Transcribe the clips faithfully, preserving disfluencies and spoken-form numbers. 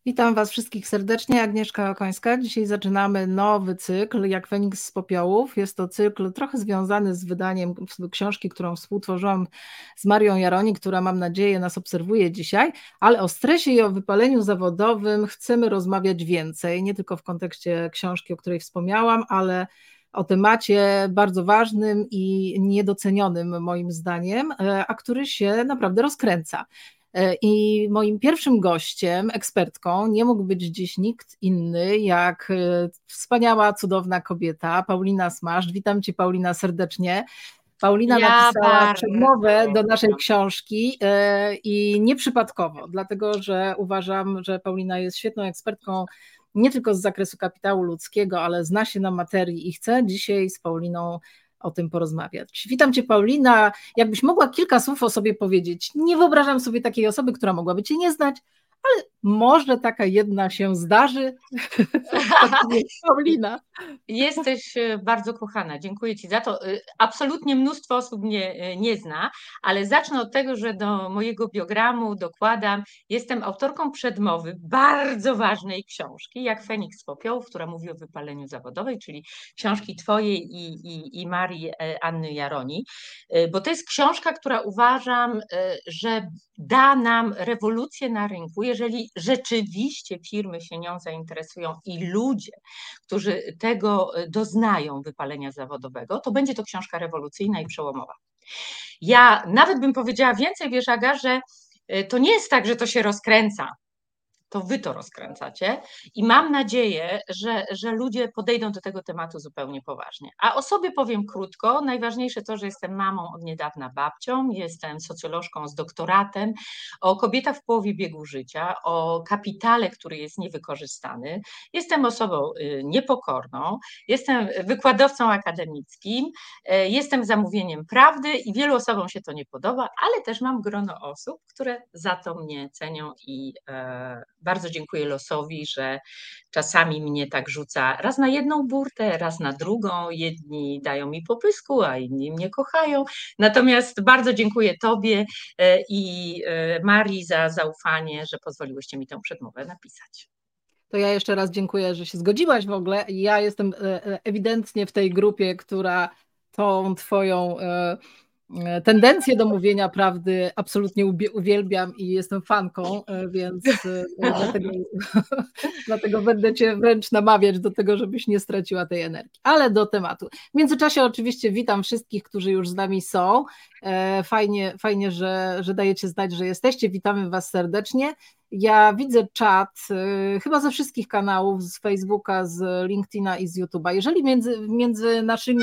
Witam Was wszystkich serdecznie, Agnieszka Okońska. Dzisiaj zaczynamy nowy cykl, jak Feniks z popiołów. Jest to cykl trochę związany z wydaniem książki, którą współtworzyłam z Marią Jaroni, która, mam nadzieję, nas obserwuje dzisiaj, ale o stresie i o wypaleniu zawodowym chcemy rozmawiać więcej, nie tylko w kontekście książki, o której wspomniałam, ale o temacie bardzo ważnym i niedocenionym moim zdaniem, a który się naprawdę rozkręca. I moim pierwszym gościem, ekspertką, nie mógł być dziś nikt inny jak wspaniała, cudowna kobieta, Paulina Smaszcz. Witam Cię, Paulina, serdecznie. Paulina Ja napisała bardzo. przedmowę do naszej książki i nieprzypadkowo, dlatego że uważam, że Paulina jest świetną ekspertką nie tylko z zakresu kapitału ludzkiego, ale zna się na materii i chcę dzisiaj z Pauliną o tym porozmawiać. Witam Cię, Paulina. Jakbyś mogła kilka słów o sobie powiedzieć. Nie wyobrażam sobie takiej osoby, która mogłaby Cię nie znać, ale może taka jedna się zdarzy. Paulina. Jesteś bardzo kochana, dziękuję Ci za to. Absolutnie mnóstwo osób mnie nie zna, ale zacznę od tego, że do mojego biogramu dokładam, jestem autorką przedmowy bardzo ważnej książki, jak Feniks z popiołów, która mówi o wypaleniu zawodowym, czyli książki Twojej i, i, i Marii Anny Jaroni, bo to jest książka, która uważam, że da nam rewolucję na rynku, jeżeli rzeczywiście firmy się nią zainteresują i ludzie, którzy tego doznają wypalenia zawodowego, to będzie to książka rewolucyjna i przełomowa. Ja nawet bym powiedziała więcej, wiesz, Aga, że to nie jest tak, że to się rozkręca. To wy to rozkręcacie i mam nadzieję, że, że ludzie podejdą do tego tematu zupełnie poważnie. A o sobie powiem krótko. Najważniejsze to, że jestem mamą od niedawna, babcią, jestem socjolożką z doktoratem o kobietach w połowie biegu życia, o kapitale, który jest niewykorzystany. Jestem osobą niepokorną, jestem wykładowcą akademickim, jestem zamówieniem prawdy i wielu osobom się to nie podoba, ale też mam grono osób, które za to mnie cenią i bardzo dziękuję losowi, że czasami mnie tak rzuca raz na jedną burtę, raz na drugą. Jedni dają mi popysku, a inni mnie kochają. Natomiast bardzo dziękuję Tobie i Marii za zaufanie, że pozwoliłyście mi tę przedmowę napisać. To ja jeszcze raz dziękuję, że się zgodziłaś w ogóle. Ja jestem ewidentnie w tej grupie, która tą Twoją tendencję do mówienia prawdy absolutnie uwielbiam i jestem fanką, więc dlatego, dlatego będę Cię wręcz namawiać do tego, żebyś nie straciła tej energii. Ale do tematu. W międzyczasie oczywiście witam wszystkich, którzy już z nami są. Fajnie, fajnie że, że dajecie znać, że jesteście. Witamy Was serdecznie. Ja widzę czat chyba ze wszystkich kanałów, z Facebooka, z LinkedIna i z YouTube'a. Jeżeli między, między naszymi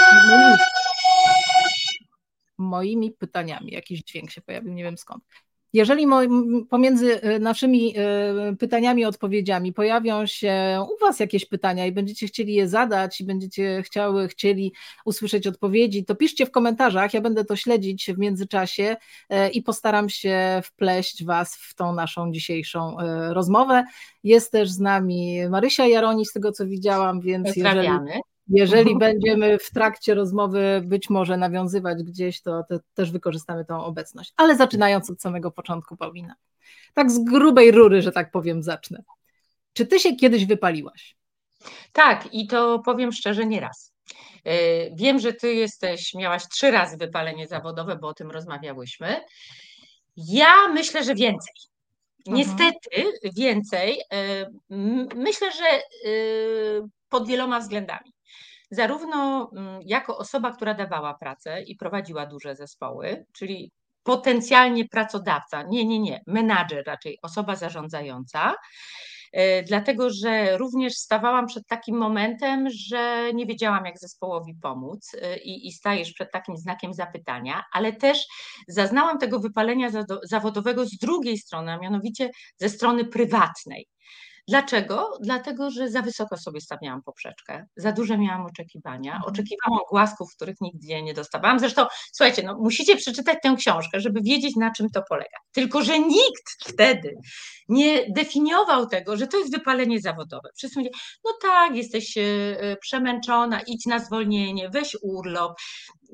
moimi pytaniami, jakiś dźwięk się pojawił, nie wiem skąd. Jeżeli pomiędzy naszymi pytaniami i odpowiedziami pojawią się u Was jakieś pytania i będziecie chcieli je zadać i będziecie chciały, chcieli usłyszeć odpowiedzi, to piszcie w komentarzach, ja będę to śledzić w międzyczasie i postaram się wpleść Was w tą naszą dzisiejszą rozmowę. Jest też z nami Marysia Jaroni, z tego co widziałam, więc jeżeli... Jeżeli będziemy w trakcie rozmowy być może nawiązywać gdzieś, to, to też wykorzystamy tą obecność. Ale zaczynając od samego początku, Paulina. Tak z grubej rury, że tak powiem, zacznę. Czy ty się kiedyś wypaliłaś? Tak, i to powiem szczerze, nie raz. Wiem, że ty jesteś, miałaś trzy razy wypalenie zawodowe, bo o tym rozmawiałyśmy. Ja myślę, że więcej. Niestety więcej. Myślę, że pod wieloma względami. Zarówno jako osoba, która dawała pracę i prowadziła duże zespoły, czyli potencjalnie pracodawca, nie, nie, nie, menadżer raczej, osoba zarządzająca, dlatego że również stawałam przed takim momentem, że nie wiedziałam, jak zespołowi pomóc i, i stajesz przed takim znakiem zapytania, ale też zaznałam tego wypalenia zawodowego z drugiej strony, a mianowicie ze strony prywatnej. Dlaczego? Dlatego, że za wysoko sobie stawiałam poprzeczkę, za duże miałam oczekiwania, oczekiwałam głasków, których nigdzie nie dostawałam. Zresztą, słuchajcie, no, musicie przeczytać tę książkę, żeby wiedzieć, na czym to polega. Tylko że nikt wtedy nie definiował tego, że to jest wypalenie zawodowe. Wszyscy mówili, no tak, jesteś przemęczona, idź na zwolnienie, weź urlop.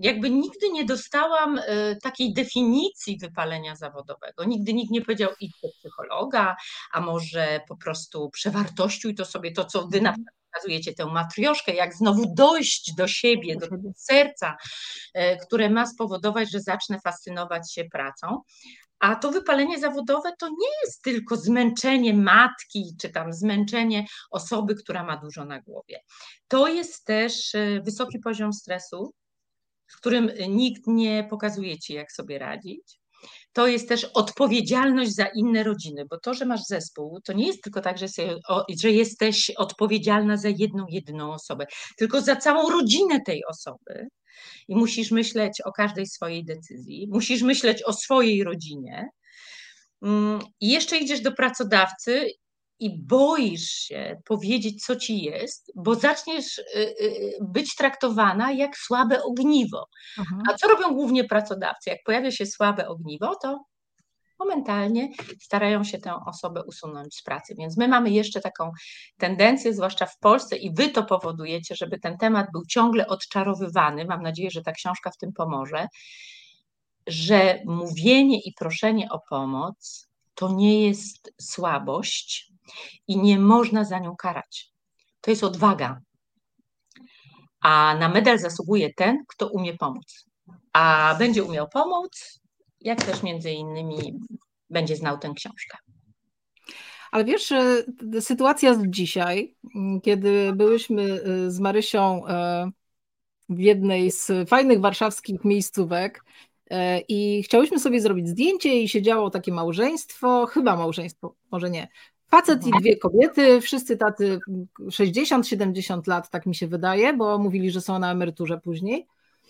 jakby nigdy nie dostałam takiej definicji wypalenia zawodowego. Nigdy nikt nie powiedział idź do psychologa, a może po prostu przewartościuj to sobie, to co wy na przykład pokazujecie, tę matrioszkę, jak znowu dojść do siebie, do serca, które ma spowodować, że zacznę fascynować się pracą. A to wypalenie zawodowe to nie jest tylko zmęczenie matki, czy tam zmęczenie osoby, która ma dużo na głowie. To jest też wysoki poziom stresu, z którym nikt nie pokazuje ci, jak sobie radzić. To jest też odpowiedzialność za inne rodziny, bo to, że masz zespół, to nie jest tylko tak, że, sobie, że jesteś odpowiedzialna za jedną, jedyną osobę, tylko za całą rodzinę tej osoby. I musisz myśleć o każdej swojej decyzji, musisz myśleć o swojej rodzinie. I jeszcze idziesz do pracodawcy i boisz się powiedzieć, co ci jest, bo zaczniesz być traktowana jak słabe ogniwo. Mhm. A co robią głównie pracodawcy? Jak pojawia się słabe ogniwo, to momentalnie starają się tę osobę usunąć z pracy. Więc my mamy jeszcze taką tendencję, zwłaszcza w Polsce, i wy to powodujecie, żeby ten temat był ciągle odczarowywany. Mam nadzieję, że ta książka w tym pomoże, że mówienie i proszenie o pomoc to nie jest słabość i nie można za nią karać. To jest odwaga. A na medal zasługuje ten, kto umie pomóc. A będzie umiał pomóc, jak też między innymi będzie znał tę książkę. Ale wiesz, sytuacja z dzisiaj, kiedy byłyśmy z Marysią w jednej z fajnych warszawskich miejscówek i chciałyśmy sobie zrobić zdjęcie i siedziało takie małżeństwo, chyba małżeństwo, może nie, facet i dwie kobiety, wszyscy tacy sześćdziesiąt siedemdziesiąt lat, tak mi się wydaje, bo mówili, że są na emeryturze później.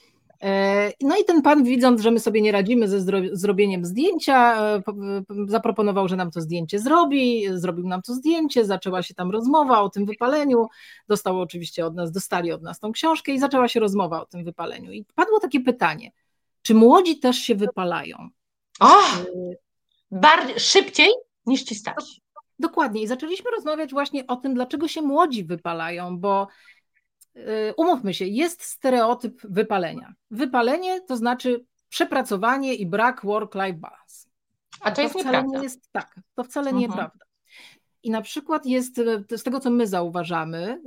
No i ten pan, widząc, że my sobie nie radzimy ze zrobieniem zdjęcia, zaproponował, że nam to zdjęcie zrobi, zrobił nam to zdjęcie, zaczęła się tam rozmowa o tym wypaleniu, dostał oczywiście od nas, dostali od nas tą książkę i zaczęła się rozmowa o tym wypaleniu. I padło takie pytanie, czy młodzi też się wypalają? O, bardziej, szybciej niż ci starsi. Dokładnie i zaczęliśmy rozmawiać właśnie o tym, dlaczego się młodzi wypalają, bo umówmy się, jest stereotyp wypalenia. Wypalenie to znaczy przepracowanie i brak work-life balance. A to, to jest wcale nieprawda. Nie jest, tak, to wcale Mhm. nieprawda. I na przykład jest, z tego co my zauważamy,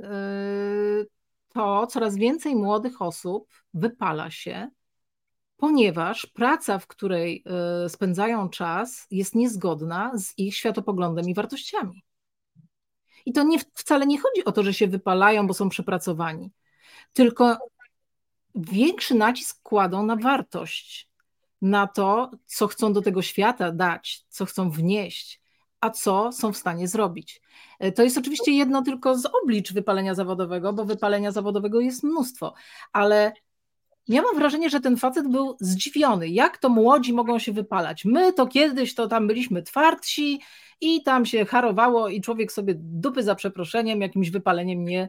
to coraz więcej młodych osób wypala się, ponieważ praca, w której spędzają czas, jest niezgodna z ich światopoglądem i wartościami. I to nie, wcale nie chodzi o to, że się wypalają, bo są przepracowani, tylko większy nacisk kładą na wartość, na to, co chcą do tego świata dać, co chcą wnieść, a co są w stanie zrobić. To jest oczywiście jedno tylko z oblicz wypalenia zawodowego, bo wypalenia zawodowego jest mnóstwo, ale miałam wrażenie, że ten facet był zdziwiony, jak to młodzi mogą się wypalać. My to kiedyś to tam byliśmy twardsi i tam się harowało i człowiek sobie dupy za przeproszeniem jakimś wypaleniem nie,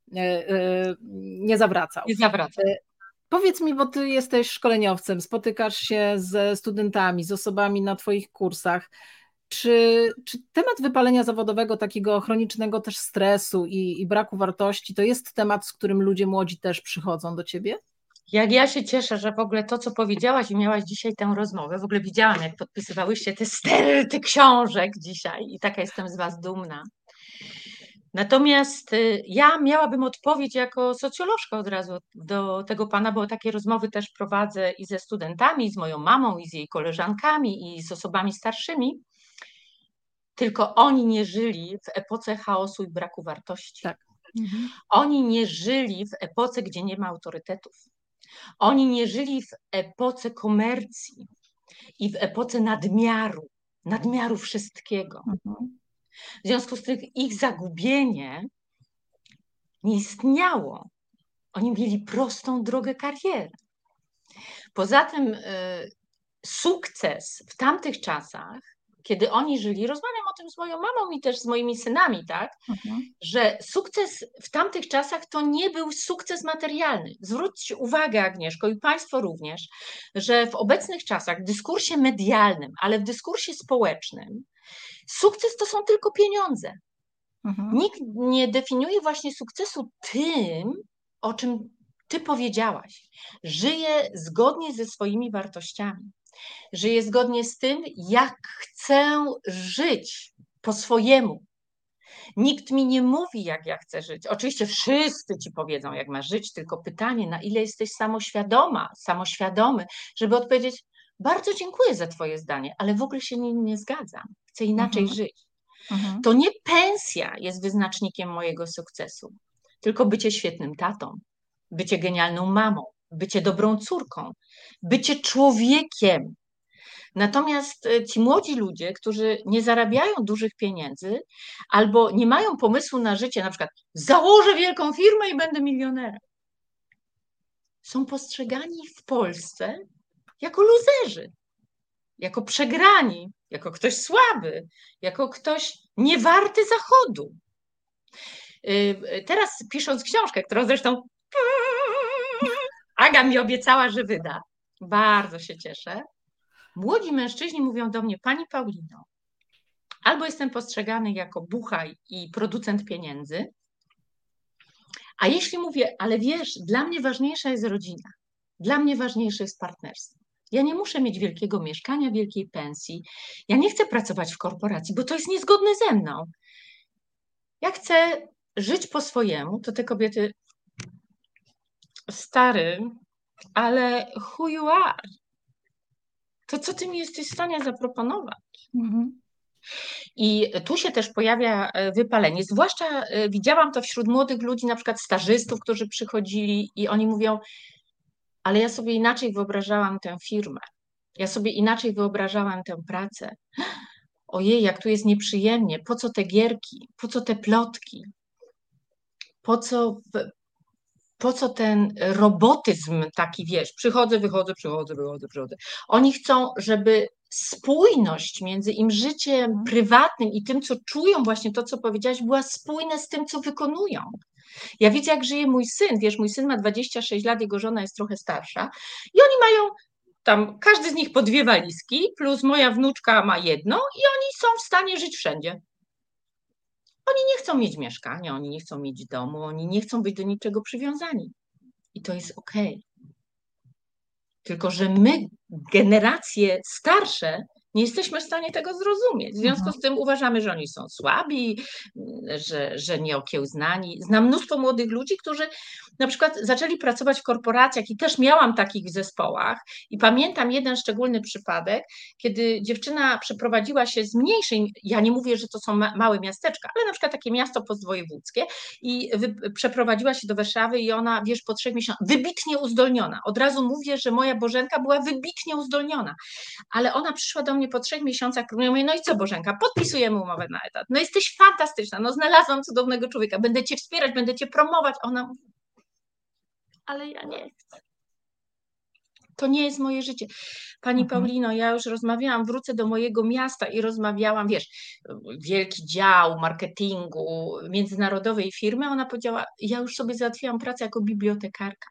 nie zawracał. Nie zawracał. Powiedz mi, bo ty jesteś szkoleniowcem, spotykasz się ze studentami, z osobami na twoich kursach. Czy, czy temat wypalenia zawodowego, takiego chronicznego też stresu i, i braku wartości, to jest temat, z którym ludzie młodzi też przychodzą do ciebie? Jak ja się cieszę, że w ogóle to, co powiedziałaś i miałaś dzisiaj tę rozmowę, w ogóle widziałam, jak podpisywałyście te sterty książek dzisiaj i taka jestem z was dumna. Natomiast ja miałabym odpowiedź jako socjolożka od razu do tego pana, bo takie rozmowy też prowadzę i ze studentami, i z moją mamą, i z jej koleżankami, i z osobami starszymi. Tylko oni nie żyli w epoce chaosu i braku wartości. Tak. Mhm. Oni nie żyli w epoce, gdzie nie ma autorytetów. Oni nie żyli w epoce komercji i w epoce nadmiaru, nadmiaru wszystkiego. Mhm. W związku z tym ich zagubienie nie istniało. Oni mieli prostą drogę kariery. Poza tym y, sukces w tamtych czasach, kiedy oni żyli, rozmawiam o tym z moją mamą i też z moimi synami, tak, mhm. że sukces w tamtych czasach to nie był sukces materialny. Zwróćcie uwagę, Agnieszko, i Państwo również, że w obecnych czasach, w dyskursie medialnym, ale w dyskursie społecznym, sukces to są tylko pieniądze. Mhm. Nikt nie definiuje właśnie sukcesu tym, o czym ty powiedziałaś, żyję zgodnie ze swoimi wartościami, żyję zgodnie z tym, jak chcę żyć po swojemu. Nikt mi nie mówi, jak ja chcę żyć. Oczywiście wszyscy ci powiedzą, jak masz żyć, tylko pytanie, na ile jesteś samoświadoma, samoświadomy, żeby odpowiedzieć, bardzo dziękuję za twoje zdanie, ale w ogóle się nim nie zgadzam. Chcę inaczej Mhm. żyć. Mhm. To nie pensja jest wyznacznikiem mojego sukcesu, tylko bycie świetnym tatą, bycie genialną mamą, bycie dobrą córką, bycie człowiekiem. Natomiast ci młodzi ludzie, którzy nie zarabiają dużych pieniędzy albo nie mają pomysłu na życie, na przykład założę wielką firmę i będę milionerem, są postrzegani w Polsce jako luzerzy, jako przegrani, jako ktoś słaby, jako ktoś niewarty zachodu. Teraz pisząc książkę, którą zresztą Aga mi obiecała, że wyda, bardzo się cieszę, młodzi mężczyźni mówią do mnie, pani Paulino, albo jestem postrzegany jako buchaj i producent pieniędzy, a jeśli mówię, ale wiesz, dla mnie ważniejsza jest rodzina, dla mnie ważniejsze jest partnerstwo. Ja nie muszę mieć wielkiego mieszkania, wielkiej pensji. Ja nie chcę pracować w korporacji, bo to jest niezgodne ze mną. Ja chcę żyć po swojemu, to te kobiety, stary, ale who you are? To co ty mi jesteś w stanie zaproponować? Mhm. I tu się też pojawia wypalenie. Zwłaszcza widziałam to wśród młodych ludzi, na przykład stażystów, którzy przychodzili i oni mówią, ale ja sobie inaczej wyobrażałam tę firmę. Ja sobie inaczej wyobrażałam tę pracę. Ojej, jak tu jest nieprzyjemnie. Po co te gierki? Po co te plotki? Po co, po co ten robotyzm taki, wiesz, przychodzę, wychodzę, przychodzę, wychodzę, przychodzę. Oni chcą, żeby spójność między im życiem prywatnym i tym, co czują, właśnie to, co powiedziałaś, była spójna z tym, co wykonują. Ja widzę, jak żyje mój syn. Wiesz, mój syn ma dwadzieścia sześć lat, jego żona jest trochę starsza i oni mają tam, każdy z nich po dwie walizki, plus moja wnuczka ma jedną i oni są w stanie żyć wszędzie. Oni nie chcą mieć mieszkania, oni nie chcą mieć domu, oni nie chcą być do niczego przywiązani. I to jest okej. Tylko że my, generacje starsze, nie jesteśmy w stanie tego zrozumieć. W związku z tym uważamy, że oni są słabi, że, że nieokiełznani. Znam mnóstwo młodych ludzi, którzy na przykład zaczęli pracować w korporacjach i też miałam takich w zespołach i pamiętam jeden szczególny przypadek, kiedy dziewczyna przeprowadziła się z mniejszej, ja nie mówię, że to są ma, małe miasteczka, ale na przykład takie miasto postwojewódzkie i wy, przeprowadziła się do Warszawy i ona, wiesz, po trzech miesiącach, wybitnie uzdolniona. Od razu mówię, że moja Bożenka była wybitnie uzdolniona, ale ona przyszła do mnie po trzech miesiącach, mówię, no i co Bożenka, podpisujemy umowę na etat, no jesteś fantastyczna, no znalazłam cudownego człowieka, będę cię wspierać, będę cię promować. Ona mówi, ale ja nie chcę. To nie jest moje życie. Pani mhm. Paulino, ja już rozmawiałam, wrócę do mojego miasta i rozmawiałam, wiesz, wielki dział marketingu międzynarodowej firmy, ona powiedziała, ja już sobie załatwiłam pracę jako bibliotekarka.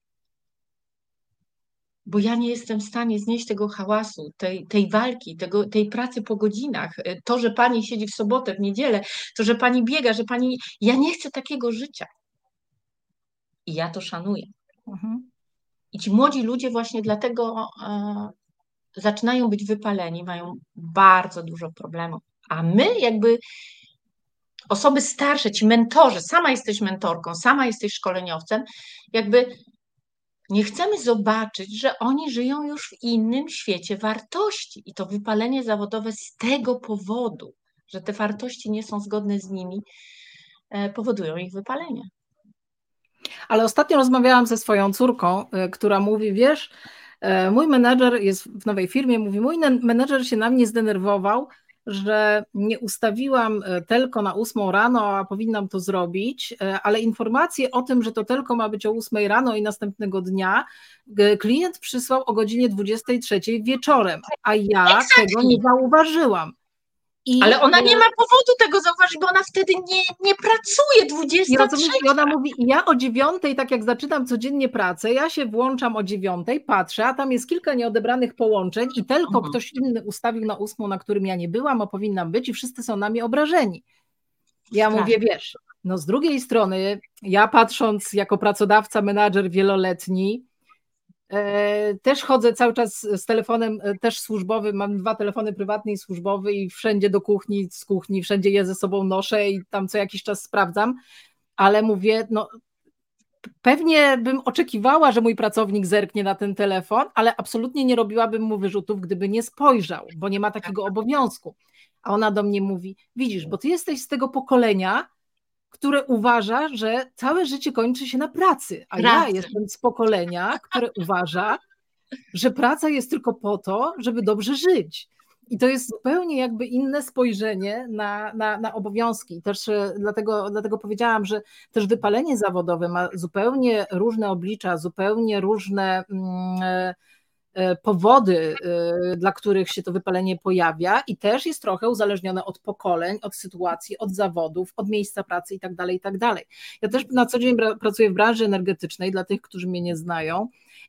Bo ja nie jestem w stanie znieść tego hałasu, tej, tej walki, tego, tej pracy po godzinach. To, że pani siedzi w sobotę, w niedzielę, to, że pani biega, że pani... Ja nie chcę takiego życia. I ja to szanuję. Mhm. I ci młodzi ludzie właśnie dlatego e, zaczynają być wypaleni, mają bardzo dużo problemów. A my jakby osoby starsze, ci mentorzy, sama jesteś mentorką, sama jesteś szkoleniowcem, jakby nie chcemy zobaczyć, że oni żyją już w innym świecie wartości i to wypalenie zawodowe z tego powodu, że te wartości nie są zgodne z nimi, powodują ich wypalenie. Ale ostatnio rozmawiałam ze swoją córką, która mówi, wiesz, mój menedżer jest w nowej firmie, mówi, mój menedżer się na mnie zdenerwował, że nie ustawiłam telko na ósmą rano, a powinnam to zrobić, ale informację o tym, że to telko ma być o ósmej rano i następnego dnia, klient przysłał o godzinie dwudziestej trzeciej wieczorem, a ja exactly. tego nie zauważyłam. I ale ona nie ma powodu tego zauważyć, bo ona wtedy nie, nie pracuje dwudziestej trzeciej. I ona mówi, ja o dziewiątej, tak jak zaczynam codziennie pracę, ja się włączam o dziewiątej, patrzę, a tam jest kilka nieodebranych połączeń i tylko mhm. ktoś inny ustawił na ósmą, na którym ja nie byłam, a powinnam być i wszyscy są na mnie obrażeni. Ja tak. mówię, wiesz, No z drugiej strony, ja patrząc jako pracodawca, menadżer wieloletni, e, też chodzę cały czas z telefonem e, też służbowym, mam dwa telefony, prywatny i służbowy i wszędzie do kuchni, z kuchni, wszędzie je ze sobą noszę i tam co jakiś czas sprawdzam, ale mówię, no pewnie bym oczekiwała, że mój pracownik zerknie na ten telefon, ale absolutnie nie robiłabym mu wyrzutów, gdyby nie spojrzał, bo nie ma takiego obowiązku. A ona do mnie mówi, widzisz, bo ty jesteś z tego pokolenia, które uważa, że całe życie kończy się na pracy, a ja Pracy. jestem z pokolenia, które uważa, że praca jest tylko po to, żeby dobrze żyć. I to jest zupełnie jakby inne spojrzenie na, na, na obowiązki. I też e, dlatego, dlatego powiedziałam, że też wypalenie zawodowe ma zupełnie różne oblicza, zupełnie różne mm, e, e, powody, e, dla których się to wypalenie pojawia i też jest trochę uzależnione od pokoleń, od sytuacji, od zawodów, od miejsca pracy i tak dalej, i tak dalej. Ja też na co dzień bra- pracuję w branży energetycznej, dla tych, którzy mnie nie znają,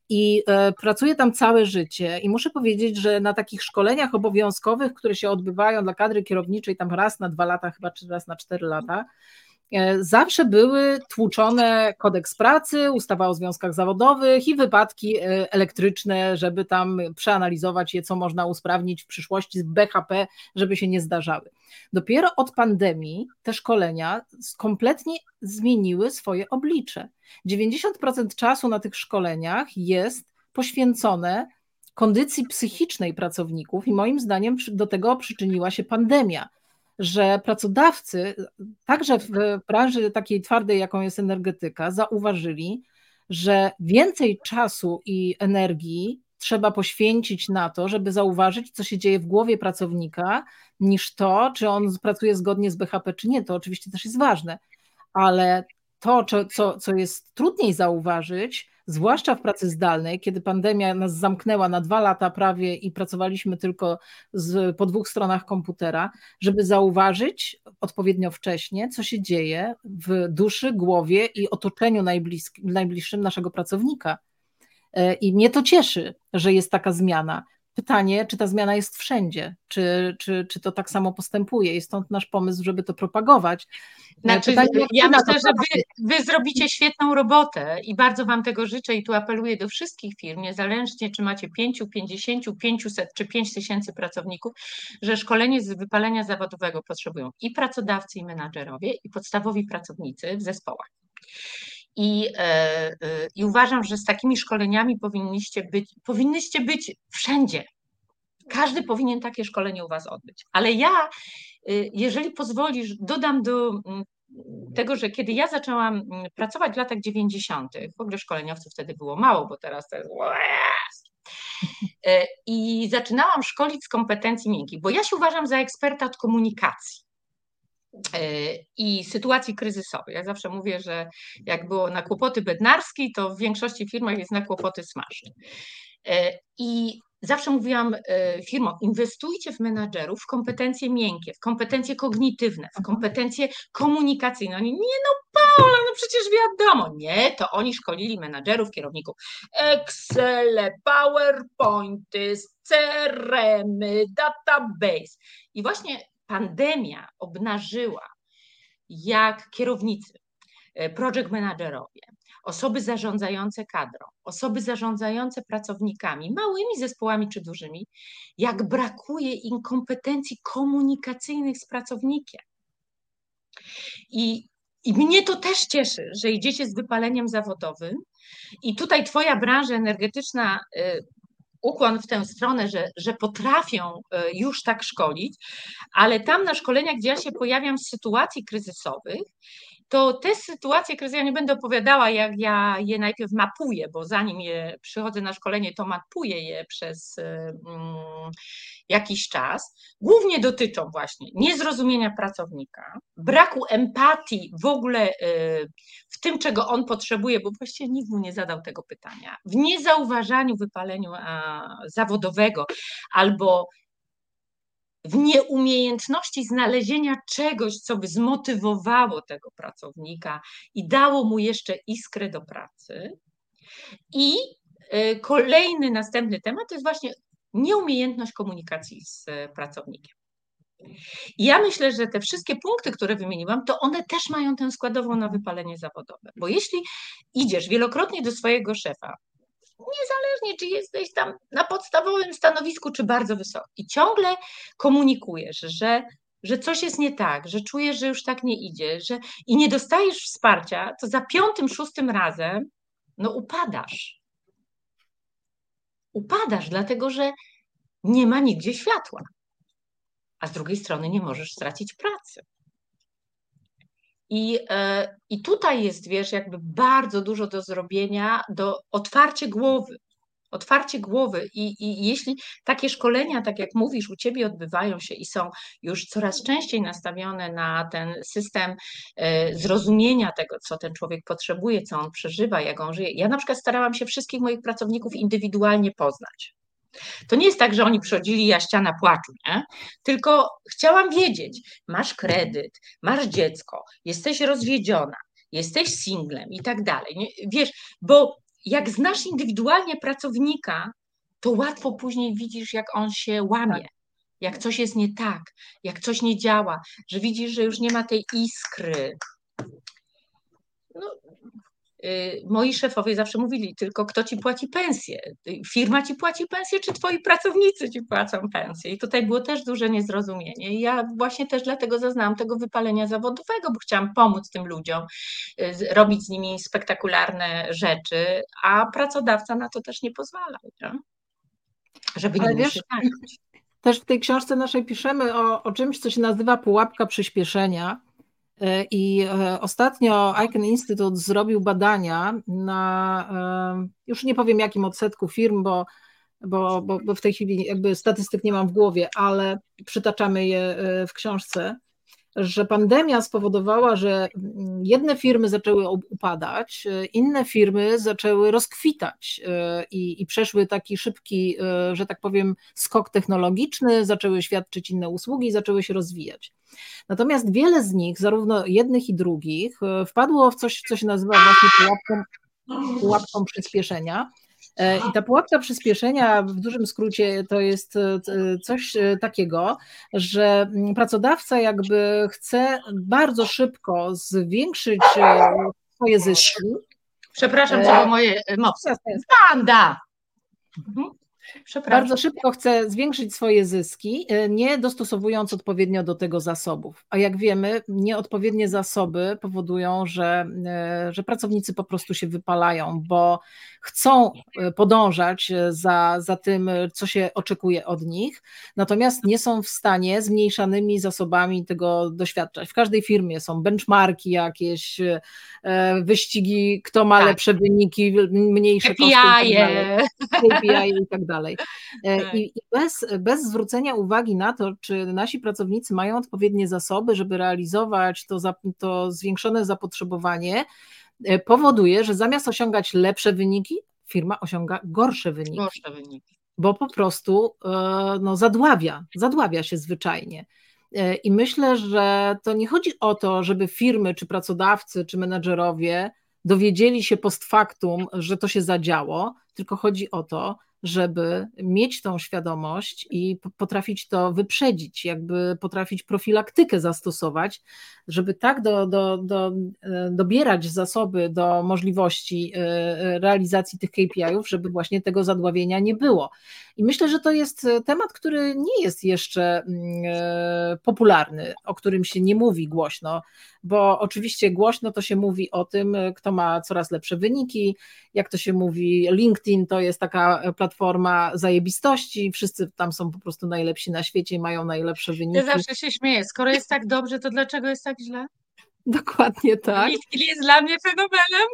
i e, pracuję tam całe życie i muszę powiedzieć, że na takich szkoleniach obowiązkowych, które się odbywają dla kadry kierowniczej tam raz na dwa lata, chyba czy raz na cztery lata, e, zawsze były tłuczone kodeks pracy, ustawa o związkach zawodowych i wypadki e, elektryczne, żeby tam przeanalizować je, co można usprawnić w przyszłości z B H P, żeby się nie zdarzały. Dopiero od pandemii te szkolenia kompletnie zmieniły swoje oblicze. dziewięćdziesiąt procent czasu na tych szkoleniach jest poświęcone kondycji psychicznej pracowników i moim zdaniem do tego przyczyniła się pandemia, że pracodawcy, także w branży takiej twardej, jaką jest energetyka, zauważyli, że więcej czasu i energii trzeba poświęcić na to, żeby zauważyć, co się dzieje w głowie pracownika, niż to, czy on pracuje zgodnie z B H P, czy nie. To oczywiście też jest ważne, ale to, co, co jest trudniej zauważyć, zwłaszcza w pracy zdalnej, kiedy pandemia nas zamknęła na dwa lata prawie i pracowaliśmy tylko z, po dwóch stronach komputera, żeby zauważyć odpowiednio wcześnie, co się dzieje w duszy, głowie i otoczeniu najbliż, najbliższym naszego pracownika. I mnie to cieszy, że jest taka zmiana. Pytanie, czy ta zmiana jest wszędzie, czy, czy, czy to tak samo postępuje i stąd nasz pomysł, żeby to propagować. Znaczy, Pytanie, ja myślę, że wy, wy zrobicie świetną robotę i bardzo wam tego życzę i tu apeluję do wszystkich firm, niezależnie czy macie pięciu, pięćdziesięciu, pięciuset czy pięć tysięcy pracowników, że szkolenie z wypalenia zawodowego potrzebują i pracodawcy, i menadżerowie, i podstawowi pracownicy w zespołach. I, e, I uważam, że z takimi szkoleniami powinniście być, powinnyście być wszędzie. Każdy powinien takie szkolenie u was odbyć. Ale ja, jeżeli pozwolisz, dodam do tego, że kiedy ja zaczęłam pracować w latach dziewięćdziesiątych, w ogóle szkoleniowców wtedy było mało, bo teraz to jest... I zaczynałam szkolić z kompetencji miękkich, bo ja się uważam za eksperta od komunikacji i sytuacji kryzysowej. Ja zawsze mówię, że jak było na kłopoty bednarski, to w większości firmach jest na kłopoty smażne. I zawsze mówiłam firmom, inwestujcie w menadżerów w kompetencje miękkie, w kompetencje kognitywne, w kompetencje komunikacyjne. Oni, nie no Paula, no przecież wiadomo. Nie, to oni szkolili menadżerów, kierowników. Excel, PowerPointy, C R M-y, database. I właśnie pandemia obnażyła, jak kierownicy, project managerowie, osoby zarządzające kadrą, osoby zarządzające pracownikami, małymi zespołami czy dużymi, jak brakuje im kompetencji komunikacyjnych z pracownikiem. I, i mnie to też cieszy, że idziecie z wypaleniem zawodowym i tutaj twoja branża energetyczna, ukłon w tę stronę, że, że potrafią już tak szkolić, ale tam na szkoleniach, gdzie ja się pojawiam z sytuacji kryzysowych, to te sytuacje kryzysowe, ja nie będę opowiadała, jak ja je najpierw mapuję, bo zanim je przychodzę na szkolenie, to mapuję je przez um, jakiś czas, głównie dotyczą właśnie niezrozumienia pracownika, braku empatii w ogóle y, w tym, czego on potrzebuje, bo właściwie nikt mu nie zadał tego pytania, w niezauważaniu wypaleniu a, zawodowego albo w nieumiejętności znalezienia czegoś, co by zmotywowało tego pracownika i dało mu jeszcze iskrę do pracy. I kolejny, następny temat to jest właśnie nieumiejętność komunikacji z pracownikiem. I ja myślę, że te wszystkie punkty, które wymieniłam, to one też mają tę składową na wypalenie zawodowe. Bo jeśli idziesz wielokrotnie do swojego szefa, niezależnie czy jesteś tam na podstawowym stanowisku, czy bardzo wysoko, i ciągle komunikujesz, że, że coś jest nie tak, że czujesz, że już tak nie idzie, że i nie dostajesz wsparcia, to za piątym, szóstym razem no upadasz. Upadasz, dlatego że nie ma nigdzie światła, a z drugiej strony nie możesz stracić pracy. I, I tutaj jest, wiesz, jakby bardzo dużo do zrobienia, do otwarcie głowy. Otwarcie głowy I, i jeśli takie szkolenia, tak jak mówisz, u Ciebie odbywają się i są już coraz częściej nastawione na ten system zrozumienia tego, co ten człowiek potrzebuje, co on przeżywa, jak on żyje. Ja na przykład starałam się wszystkich moich pracowników indywidualnie poznać. To nie jest tak, że oni przychodzili, ja ściana płaczu, nie? Tylko chciałam wiedzieć, masz kredyt, masz dziecko, jesteś rozwiedziona, jesteś singlem i tak dalej. Nie? Wiesz, bo jak znasz indywidualnie pracownika, to łatwo później widzisz, jak on się łamie, jak coś jest nie tak, jak coś nie działa, że widzisz, że już nie ma tej iskry. No, moi szefowie zawsze mówili, tylko kto ci płaci pensję? Firma ci płaci pensję, czy twoi pracownicy ci płacą pensję? I tutaj było też duże niezrozumienie. I ja właśnie też dlatego zaznałam tego wypalenia zawodowego, bo chciałam pomóc tym ludziom, robić z nimi spektakularne rzeczy, a pracodawca na to też nie pozwalał, nie? Żeby Ale nimi wiesz, się zająć. Też w tej książce naszej piszemy o, o czymś, co się nazywa pułapka przyspieszenia. I ostatnio Icahn Institute zrobił badania na, już nie powiem jakim odsetku firm, bo, bo, bo, bo w tej chwili jakby statystyk nie mam w głowie, ale przytaczamy je w książce, że pandemia spowodowała, że jedne firmy zaczęły upadać, inne firmy zaczęły rozkwitać i, i przeszły taki szybki, że tak powiem, skok technologiczny, zaczęły świadczyć inne usługi, zaczęły się rozwijać. Natomiast wiele z nich, zarówno jednych i drugich, wpadło w coś, co się nazywa właśnie pułapką, pułapką przyspieszenia. I ta pułapka przyspieszenia w dużym skrócie to jest coś takiego, że pracodawca jakby chce bardzo szybko zwiększyć swoje zyski. Przepraszam cię, bo moje mopsy. Panda! Mhm. Bardzo szybko chce zwiększyć swoje zyski, nie dostosowując odpowiednio do tego zasobów. A jak wiemy, nieodpowiednie zasoby powodują, że, że pracownicy po prostu się wypalają, bo chcą podążać za, za tym, co się oczekuje od nich, natomiast nie są w stanie zmniejszanymi zasobami tego doświadczać. W każdej firmie są benchmarki jakieś, wyścigi, kto ma tak. lepsze wyniki, mniejsze K P I K P I i tak dalej. I bez, bez zwrócenia uwagi na to, czy nasi pracownicy mają odpowiednie zasoby, żeby realizować to, to zwiększone zapotrzebowanie, powoduje, że zamiast osiągać lepsze wyniki, firma osiąga gorsze wyniki. Gorsze wyniki. Bo po prostu no, zadławia, zadławia się zwyczajnie. I myślę, że to nie chodzi o to, żeby firmy, czy pracodawcy, czy menedżerowie dowiedzieli się post factum, że to się zadziało, tylko chodzi o to, żeby mieć tą świadomość i potrafić to wyprzedzić, jakby potrafić profilaktykę zastosować, żeby tak do, do, do, dobierać zasoby do możliwości realizacji tych K P I ów, żeby właśnie tego zadławienia nie było. I myślę, że to jest temat, który nie jest jeszcze popularny, o którym się nie mówi głośno, bo oczywiście głośno to się mówi o tym, kto ma coraz lepsze wyniki, jak to się mówi, LinkedIn to jest taka platforma zajebistości, wszyscy tam są po prostu najlepsi na świecie i mają najlepsze wyniki. Ja zawsze się śmieję, skoro jest tak dobrze, to dlaczego jest tak źle? Dokładnie tak. LinkedIn jest dla mnie fenomenem.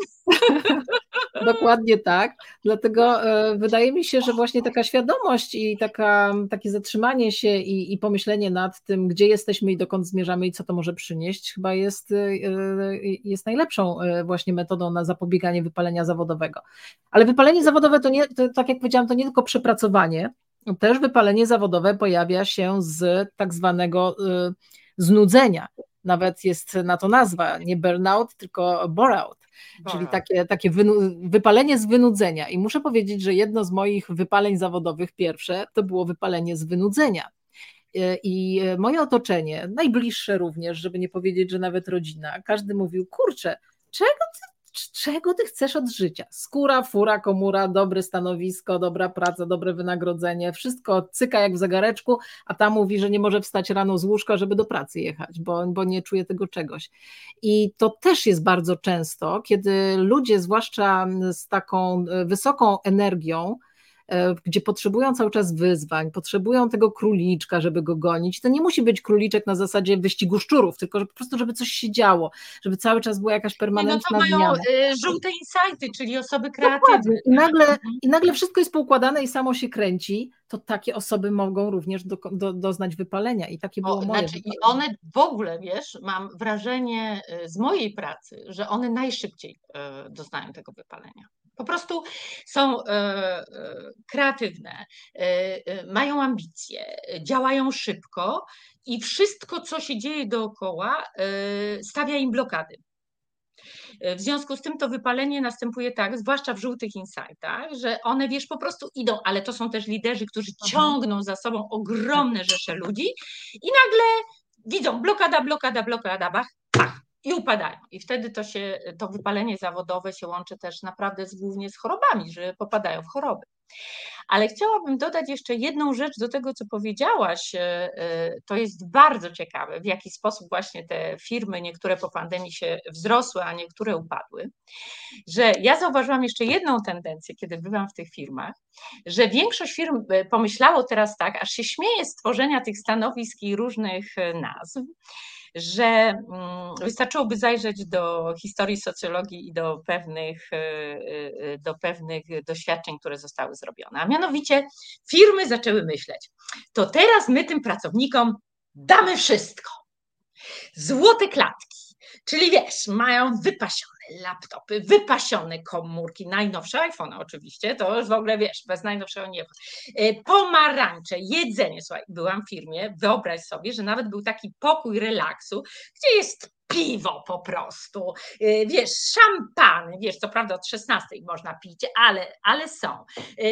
Dokładnie tak, dlatego wydaje mi się, że właśnie taka świadomość i taka, takie zatrzymanie się i, i pomyślenie nad tym, gdzie jesteśmy i dokąd zmierzamy i co to może przynieść, chyba jest, jest najlepszą właśnie metodą na zapobieganie wypalenia zawodowego. Ale wypalenie zawodowe to nie, to, tak jak powiedziałam, to nie tylko przepracowanie, też wypalenie zawodowe pojawia się z tak zwanego znudzenia. Nawet jest na to nazwa, nie burnout, tylko bore-out, czyli takie, takie wynu- wypalenie z wynudzenia. I muszę powiedzieć, że jedno z moich wypaleń zawodowych, pierwsze, to było wypalenie z wynudzenia. I moje otoczenie, najbliższe również, żeby nie powiedzieć, że nawet rodzina, każdy mówił, kurczę, czego ty czego ty chcesz od życia? Skóra, fura, komura, dobre stanowisko, dobra praca, dobre wynagrodzenie, wszystko cyka jak w zegareczku, a ta mówi, że nie może wstać rano z łóżka, żeby do pracy jechać, bo, bo nie czuje tego czegoś. I to też jest bardzo często, kiedy ludzie, zwłaszcza z taką wysoką energią, gdzie potrzebują cały czas wyzwań, potrzebują tego króliczka, żeby go gonić. To nie musi być króliczek na zasadzie wyścigu szczurów, tylko że po prostu, żeby coś się działo, żeby cały czas była jakaś permanentna no to mają zmiana. żółte insighty, czyli osoby kreatywne. I nagle, I nagle wszystko jest poukładane i samo się kręci, to takie osoby mogą również do, do, doznać wypalenia i takie było o, moje znaczy, wypalenie. I one w ogóle, wiesz, mam wrażenie z mojej pracy, że one najszybciej doznają tego wypalenia. Po prostu są kreatywne, mają ambicje, działają szybko i wszystko, co się dzieje dookoła, stawia im blokady. W związku z tym to wypalenie następuje tak, zwłaszcza w żółtych insightach, że one, wiesz, po prostu idą, ale to są też liderzy, którzy ciągną za sobą ogromne rzesze ludzi i nagle widzą blokada, blokada, blokada, bach, bach, i upadają. I wtedy to się, to wypalenie zawodowe się łączy też naprawdę z, głównie z chorobami, że popadają w choroby. Ale chciałabym dodać jeszcze jedną rzecz do tego, co powiedziałaś. To jest bardzo ciekawe, w jaki sposób właśnie te firmy, niektóre po pandemii się wzrosły, a niektóre upadły. Że ja zauważyłam jeszcze jedną tendencję, kiedy bywam w tych firmach, że większość firm pomyślało teraz tak, aż się śmieje z tworzenia tych stanowisk i różnych nazw, że wystarczyłoby zajrzeć do historii socjologii i do pewnych, do pewnych doświadczeń, które zostały zrobione. A mianowicie firmy zaczęły myśleć, to teraz my tym pracownikom damy wszystko. Złote klatki, czyli wiesz, mają wypasione laptopy, wypasione komórki, najnowsze iPhone oczywiście, to już w ogóle wiesz, bez najnowszego nie wchodzi. Pomarańcze, jedzenie, słuchaj, byłam w firmie, wyobraź sobie, że nawet był taki pokój relaksu, gdzie jest piwo po prostu, wiesz, szampany, wiesz, co prawda od szesnastej można pić, ale, ale są.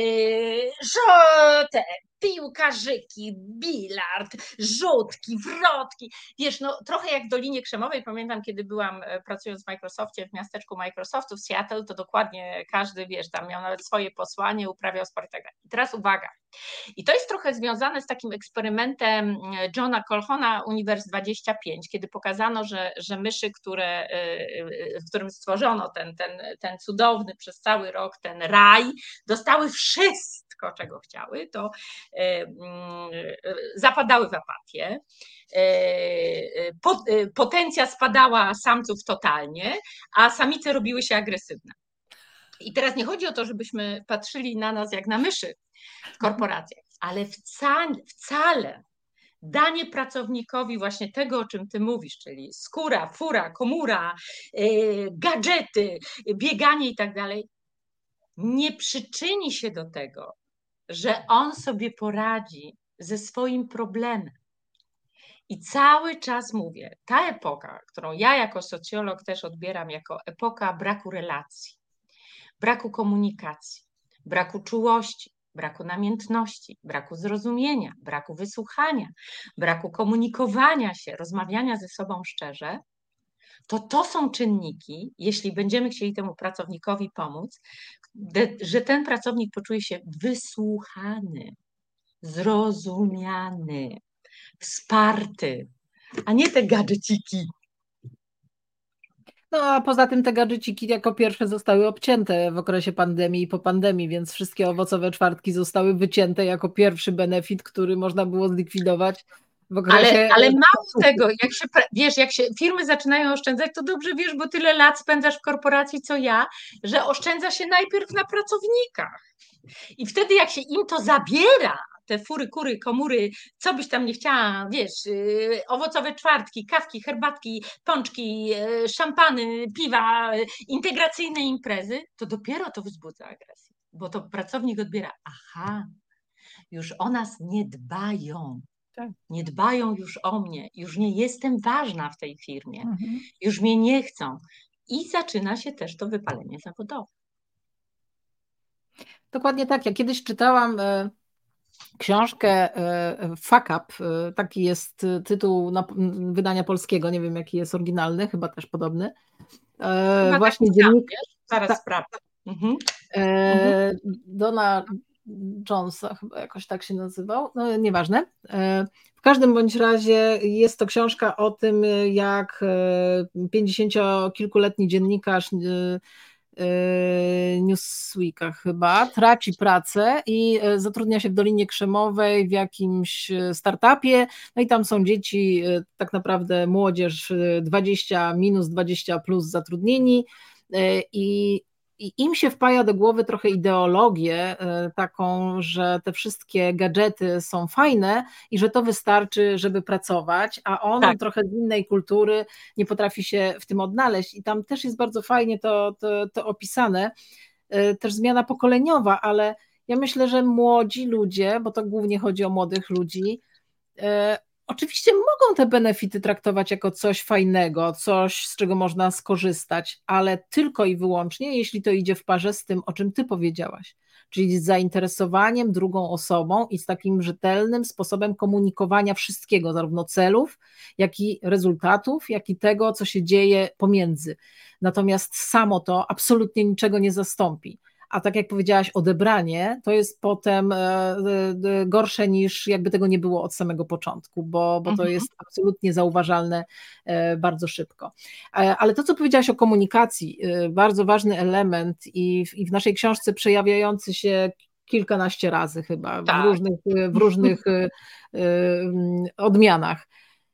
Żółte, piłkarzyki, bilard, rzutki, wrotki, wiesz, no trochę jak w Dolinie Krzemowej, pamiętam, kiedy byłam pracując w Microsoftie, w miasteczku Microsoftu w Seattle, to dokładnie każdy, wiesz, tam miał nawet swoje posłanie, uprawiał sport i tak dalej. I teraz uwaga, i to jest trochę związane z takim eksperymentem Johna Colhona Uniwers dwadzieścia pięć, kiedy pokazano, że, że myszy, które, w którym stworzono ten, ten, ten cudowny przez cały rok ten raj, dostały wszystko, czego chciały, to zapadały w apatię, potencja spadała samców totalnie, a samice robiły się agresywne. I teraz nie chodzi o to, żebyśmy patrzyli na nas jak na myszy w korporacjach, ale wcale, wcale danie pracownikowi właśnie tego, o czym ty mówisz, czyli skóra, fura, komura, yy, gadżety, bieganie i tak dalej, nie przyczyni się do tego, że on sobie poradzi ze swoim problemem. I cały czas mówię, ta epoka, którą ja jako socjolog też odbieram jako epoka braku relacji, braku komunikacji, braku czułości, braku namiętności, braku zrozumienia, braku wysłuchania, braku komunikowania się, rozmawiania ze sobą szczerze, to to są czynniki, jeśli będziemy chcieli temu pracownikowi pomóc, że ten pracownik poczuje się wysłuchany, zrozumiany, wsparty, a nie te gadżeciki. No a poza tym te gadżeciki jako pierwsze zostały obcięte w okresie pandemii i po pandemii, więc wszystkie owocowe czwartki zostały wycięte jako pierwszy benefit, który można było zlikwidować w okresie... Ale, ale mało tego, jak się, wiesz, jak się firmy zaczynają oszczędzać, to dobrze wiesz, bo tyle lat spędzasz w korporacji, co ja, że oszczędza się najpierw na pracownikach. I wtedy jak się im to zabiera, te fury, kury, komury, co byś tam nie chciała, wiesz, owocowe czwartki, kawki, herbatki, pączki, szampany, piwa, integracyjne imprezy, to dopiero to wzbudza agresję, bo to pracownik odbiera, aha, już o nas nie dbają, tak. nie dbają już o mnie, już nie jestem ważna w tej firmie, mhm. już mnie nie chcą i zaczyna się też to wypalenie zawodowe. Dokładnie tak. Ja kiedyś czytałam książkę Fuck Up, taki jest tytuł wydania polskiego, nie wiem jaki jest oryginalny, chyba też podobny. Chyba Właśnie taki dziennik... sam, wiesz? Zaraz ta... sprawdzę. Mhm. E, Dona Jonesa, chyba jakoś tak się nazywał, no nieważne. W każdym bądź razie jest to książka o tym, jak pięćdziesięciokilkuletni dziennikarz Newsweeka chyba traci pracę i zatrudnia się w Dolinie Krzemowej w jakimś startupie, no i tam są dzieci, tak naprawdę młodzież dwadzieścia minus dwadzieścia plus zatrudnieni i I im się wpaja do głowy trochę ideologię taką, że te wszystkie gadżety są fajne i że to wystarczy, żeby pracować, a on Tak. trochę z innej kultury nie potrafi się w tym odnaleźć. I tam też jest bardzo fajnie to, to, to opisane, też zmiana pokoleniowa, ale ja myślę, że młodzi ludzie, bo to głównie chodzi o młodych ludzi, oczywiście mogą te benefity traktować jako coś fajnego, coś, z czego można skorzystać, ale tylko i wyłącznie, jeśli to idzie w parze z tym, o czym ty powiedziałaś, czyli z zainteresowaniem drugą osobą i z takim rzetelnym sposobem komunikowania wszystkiego, zarówno celów, jak i rezultatów, jak i tego, co się dzieje pomiędzy. Natomiast samo to absolutnie niczego nie zastąpi. A tak jak powiedziałaś, odebranie to jest potem gorsze niż jakby tego nie było od samego początku, bo, bo to Mhm. jest absolutnie zauważalne bardzo szybko. Ale to, co powiedziałaś o komunikacji, bardzo ważny element i w, i w naszej książce przejawiający się kilkanaście razy chyba Tak. w różnych, w różnych odmianach.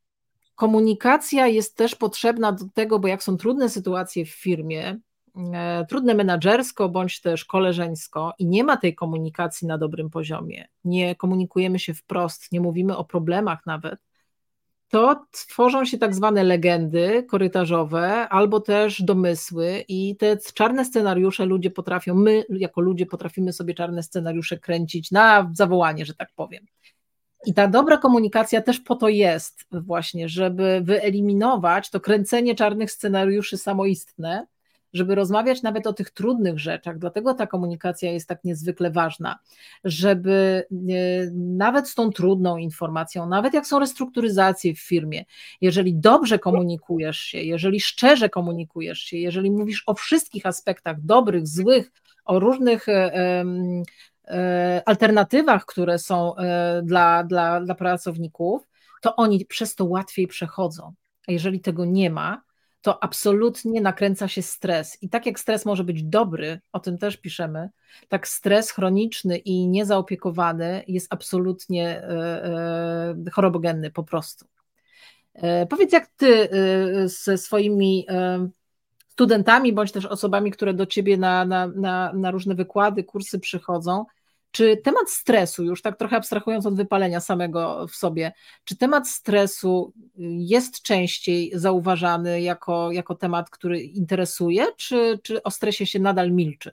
Komunikacja jest też potrzebna do tego, bo jak są trudne sytuacje w firmie, trudne menadżersko bądź też koleżeńsko i nie ma tej komunikacji na dobrym poziomie, nie komunikujemy się wprost, nie mówimy o problemach nawet, to tworzą się tak zwane legendy korytarzowe albo też domysły i te czarne scenariusze ludzie potrafią, my jako ludzie potrafimy sobie czarne scenariusze kręcić na zawołanie, że tak powiem. I ta dobra komunikacja też po to jest właśnie, żeby wyeliminować to kręcenie czarnych scenariuszy samoistne, żeby rozmawiać nawet o tych trudnych rzeczach, dlatego ta komunikacja jest tak niezwykle ważna, żeby nawet z tą trudną informacją, nawet jak są restrukturyzacje w firmie, jeżeli dobrze komunikujesz się, jeżeli szczerze komunikujesz się, jeżeli mówisz o wszystkich aspektach dobrych, złych, o różnych um, alternatywach, które są dla, dla, dla pracowników, to oni przez to łatwiej przechodzą. A jeżeli tego nie ma, to absolutnie nakręca się stres. I tak jak stres może być dobry, o tym też piszemy, tak stres chroniczny i niezaopiekowany jest absolutnie chorobogenny po prostu. Powiedz, jak ty ze swoimi studentami, bądź też osobami, które do ciebie na, na, na, na różne wykłady, kursy przychodzą, czy temat stresu, już tak trochę abstrahując od wypalenia samego w sobie, czy temat stresu jest częściej zauważany jako, jako temat, który interesuje, czy, czy o stresie się nadal milczy?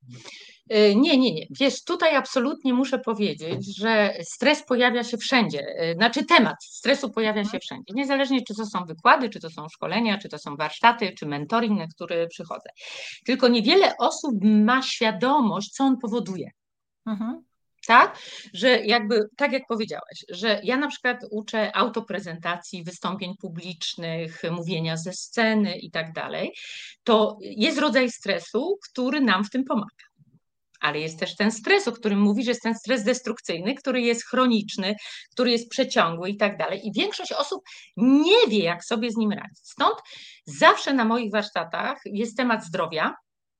Nie, nie, nie. Wiesz, tutaj absolutnie muszę powiedzieć, że stres pojawia się wszędzie. Znaczy temat stresu pojawia się wszędzie. Niezależnie czy to są wykłady, czy to są szkolenia, czy to są warsztaty, czy mentoring, na który przychodzę. Tylko niewiele osób ma świadomość, co on powoduje. Mhm. Tak, że jakby, tak jak powiedziałaś, że ja na przykład uczę autoprezentacji, wystąpień publicznych, mówienia ze sceny i tak dalej, to jest rodzaj stresu, który nam w tym pomaga. Ale jest też ten stres, o którym mówisz, jest ten stres destrukcyjny, który jest chroniczny, który jest przeciągły i tak dalej. I większość osób nie wie, jak sobie z nim radzić. Stąd zawsze na moich warsztatach jest temat zdrowia,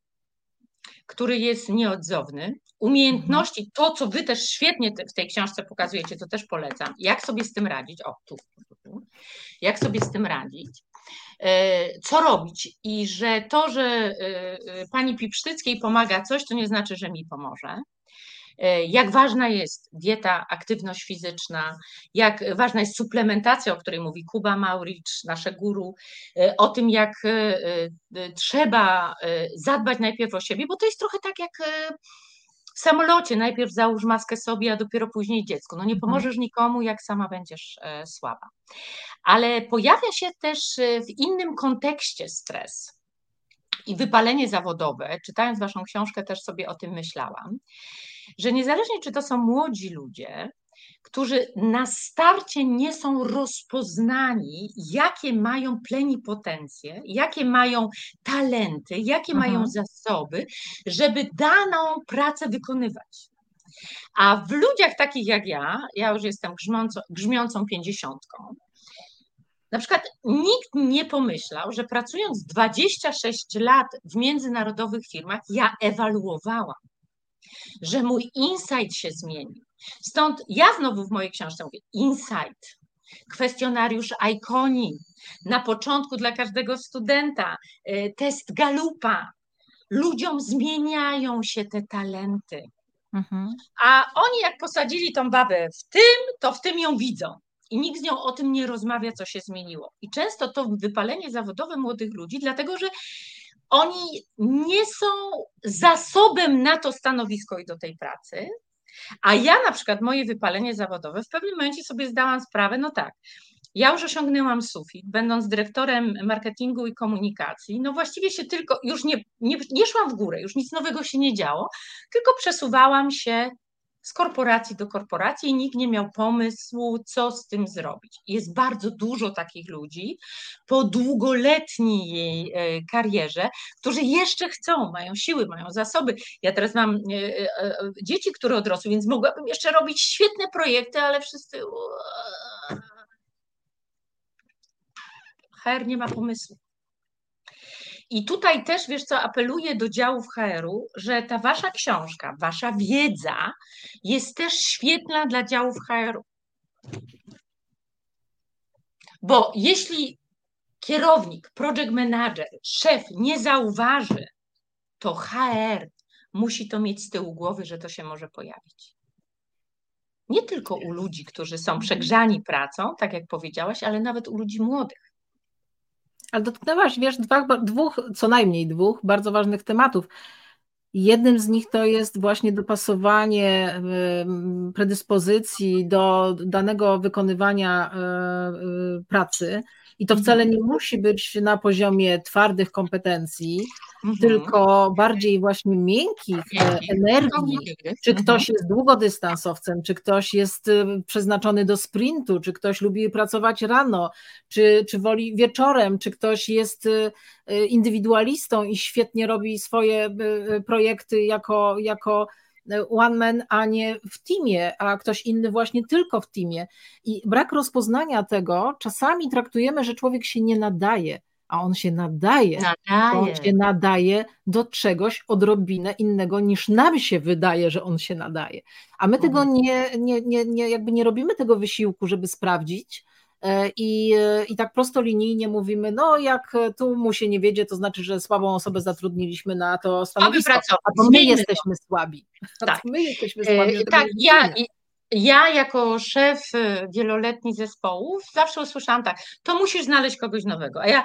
który jest nieodzowny. Umiejętności, to co wy też świetnie w tej książce pokazujecie, to też polecam. Jak sobie z tym radzić? O, tu, tu, tu. Jak sobie z tym radzić? Co robić i że to, że pani Pipsztyckiej pomaga coś, to nie znaczy, że mi pomoże. Jak ważna jest dieta, aktywność fizyczna, jak ważna jest suplementacja, o której mówi Kuba Mauricz, nasze guru, o tym, jak trzeba zadbać najpierw o siebie, bo to jest trochę tak jak w samolocie, najpierw załóż maskę sobie, a dopiero później dziecku. No nie pomożesz nikomu, jak sama będziesz słaba. Ale pojawia się też w innym kontekście stres i wypalenie zawodowe. Czytając waszą książkę też sobie o tym myślałam, że niezależnie czy to są młodzi ludzie, którzy na starcie nie są rozpoznani, jakie mają plenipotencje, jakie mają talenty, jakie Mhm. mają zasoby, żeby daną pracę wykonywać. A w ludziach takich jak ja, ja już jestem grzmiąco, grzmiącą pięćdziesiątką, na przykład nikt nie pomyślał, że pracując dwadzieścia sześć lat w międzynarodowych firmach, ja ewaluowałam, że mój insight się zmienił. Stąd ja znowu w mojej książce mówię insight, kwestionariusz Iconi, na początku dla każdego studenta, test Galupa. Ludziom zmieniają się te talenty. Mhm. A oni jak posadzili tą babę w tym, to w tym ją widzą. I nikt z nią o tym nie rozmawia, co się zmieniło. I często to wypalenie zawodowe młodych ludzi, dlatego że oni nie są zasobem na to stanowisko i do tej pracy, a ja na przykład moje wypalenie zawodowe w pewnym momencie sobie zdałam sprawę, no tak, ja już osiągnęłam sufit, będąc dyrektorem marketingu i komunikacji, no właściwie się tylko, już nie, nie, nie szłam w górę, już nic nowego się nie działo, tylko przesuwałam się z korporacji do korporacji i nikt nie miał pomysłu, co z tym zrobić. Jest bardzo dużo takich ludzi po długoletniej karierze, którzy jeszcze chcą, mają siły, mają zasoby. Ja teraz mam dzieci, które odrosły, więc mogłabym jeszcze robić świetne projekty, ale wszyscy... H R nie ma pomysłu. I tutaj też, wiesz co, apeluję do działów H R-u, że ta wasza książka, wasza wiedza jest też świetna dla działów H R-u. Bo jeśli kierownik, project manager, szef nie zauważy, to H R musi to mieć z tyłu głowy, że to się może pojawić. Nie tylko u ludzi, którzy są przegrzani pracą, tak jak powiedziałaś, ale nawet u ludzi młodych. Ale dotknęłaś, wiesz, dwa, dwóch, co najmniej dwóch bardzo ważnych tematów. Jednym z nich to jest właśnie dopasowanie predyspozycji do danego wykonywania pracy. I to wcale nie musi być na poziomie twardych kompetencji, mhm. tylko bardziej właśnie miękkich energii. Czy ktoś jest długodystansowcem, czy ktoś jest przeznaczony do sprintu, czy ktoś lubi pracować rano, czy, czy woli wieczorem, czy ktoś jest indywidualistą i świetnie robi swoje projekty jako, jako one man, a nie w teamie, a ktoś inny właśnie tylko w teamie. I brak rozpoznania tego, czasami traktujemy, że człowiek się nie nadaje, a on się nadaje. nadaje. On się nadaje do czegoś odrobinę innego, niż nam się wydaje, że on się nadaje. A my tego nie, nie, nie, nie, jakby nie robimy tego wysiłku, żeby sprawdzić. I, I tak prostolinijnie mówimy, no jak tu mu się nie wiedzie, to znaczy, że słabą osobę zatrudniliśmy na to stanowisko, a to my jesteśmy słabi. Tak, my jesteśmy słabi. Tak, ja, ja jako szef wieloletnich zespołów zawsze usłyszałam tak, to musisz znaleźć kogoś nowego, a ja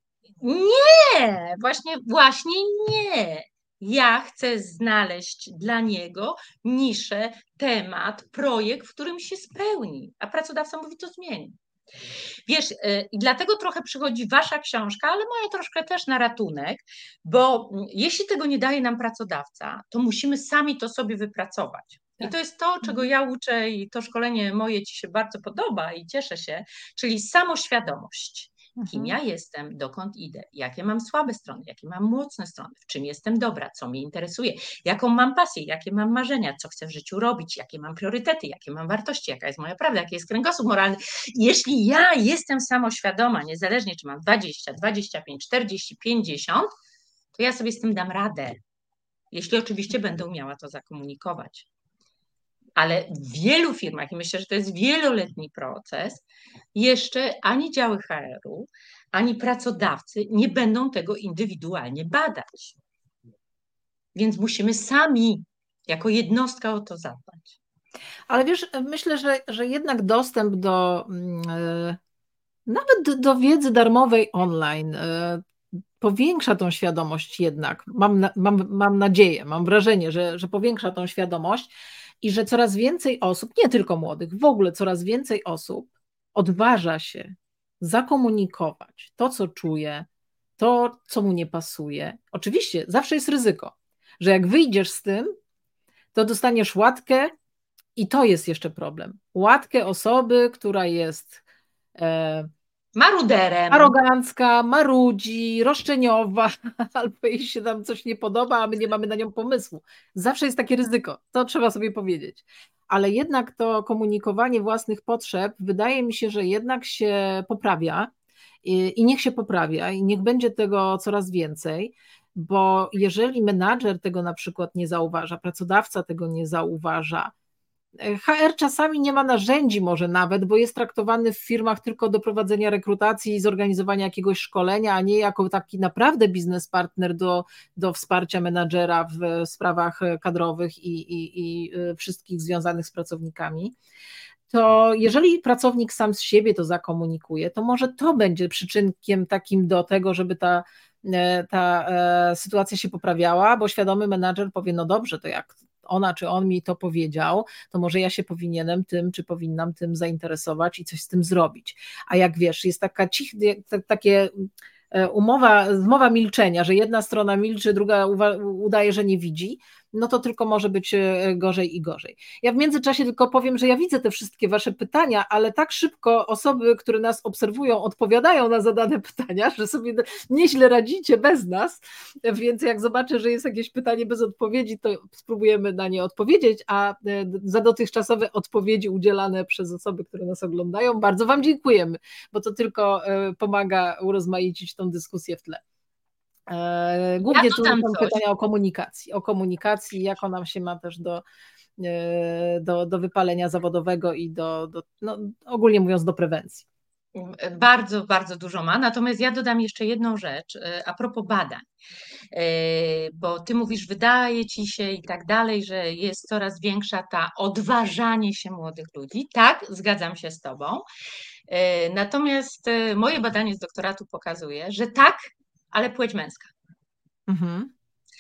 nie, właśnie, właśnie nie. Ja chcę znaleźć dla niego niszę, temat, projekt, w którym się spełni, a pracodawca mówi, to zmieni. Wiesz, i dlatego trochę przychodzi wasza książka, ale moja troszkę też na ratunek, bo jeśli tego nie daje nam pracodawca, to musimy sami to sobie wypracować. I to jest to, czego ja uczę i to szkolenie moje ci się bardzo podoba i cieszę się, czyli samoświadomość. Kim ja jestem, dokąd idę, jakie mam słabe strony, jakie mam mocne strony, w czym jestem dobra, co mnie interesuje, jaką mam pasję, jakie mam marzenia, co chcę w życiu robić, jakie mam priorytety, jakie mam wartości, jaka jest moja prawda, jaki jest kręgosłup moralny. Jeśli ja jestem samoświadoma, niezależnie czy mam dwadzieścia, dwadzieścia pięć, czterdzieści, pięćdziesiąt, to ja sobie z tym dam radę, jeśli oczywiście będę umiała to zakomunikować. Ale w wielu firmach, i myślę, że to jest wieloletni proces, jeszcze ani działy H R-u, ani pracodawcy nie będą tego indywidualnie badać. Więc musimy sami jako jednostka o to zadbać. Ale wiesz, myślę, że, że jednak dostęp do yy, nawet do wiedzy darmowej online yy, powiększa tą świadomość jednak. Mam, mam, mam nadzieję, mam wrażenie, że, że powiększa tą świadomość. I że coraz więcej osób, nie tylko młodych, w ogóle coraz więcej osób odważa się zakomunikować to, co czuje, to, co mu nie pasuje. Oczywiście zawsze jest ryzyko, że jak wyjdziesz z tym, to dostaniesz łatkę I to jest jeszcze problem. Łatkę osoby, która jest e, maruderem, arogancka, marudzi, roszczeniowa, albo jej się tam coś nie podoba, a my nie mamy na nią pomysłu. Zawsze jest takie ryzyko, to trzeba sobie powiedzieć. Ale jednak to komunikowanie własnych potrzeb wydaje mi się, że jednak się poprawia i, i niech się poprawia i niech będzie tego coraz więcej, bo jeżeli menadżer tego na przykład nie zauważa, pracodawca tego nie zauważa, H R czasami nie ma narzędzi może nawet, bo jest traktowany w firmach tylko do prowadzenia rekrutacji i zorganizowania jakiegoś szkolenia, a nie jako taki naprawdę biznes partner do, do wsparcia menadżera w sprawach kadrowych i, i, i wszystkich związanych z pracownikami. To jeżeli pracownik sam z siebie to zakomunikuje, to może to będzie przyczynkiem takim do tego, żeby ta, ta sytuacja się poprawiała, bo świadomy menadżer powie, no dobrze, to jak ona czy on mi to powiedział, to może ja się powinienem tym, czy powinnam tym zainteresować i coś z tym zrobić. A jak wiesz, jest taka cich, takie umowa, zmowa milczenia, że jedna strona milczy, druga udaje, że nie widzi, no to tylko może być gorzej i gorzej. Ja w międzyczasie tylko powiem, że ja widzę te wszystkie wasze pytania, ale tak szybko osoby, które nas obserwują, odpowiadają na zadane pytania, że sobie nieźle radzicie bez nas, więc jak zobaczę, że jest jakieś pytanie bez odpowiedzi, to spróbujemy na nie odpowiedzieć, a za dotychczasowe odpowiedzi udzielane przez osoby, które nas oglądają, bardzo wam dziękujemy, bo to tylko pomaga urozmaicić tą dyskusję w tle. Głównie ja tu są pytania o komunikacji, o komunikacji, jak ona się ma też do, do, do wypalenia zawodowego i do, do no, ogólnie mówiąc do prewencji. Bardzo, bardzo dużo ma, natomiast ja dodam jeszcze jedną rzecz a propos badań, bo ty mówisz, wydaje ci się i tak dalej, że jest coraz większa ta odważanie się młodych ludzi. Tak, zgadzam się z tobą, natomiast moje badanie z doktoratu pokazuje, że tak, ale płeć męska. Mhm.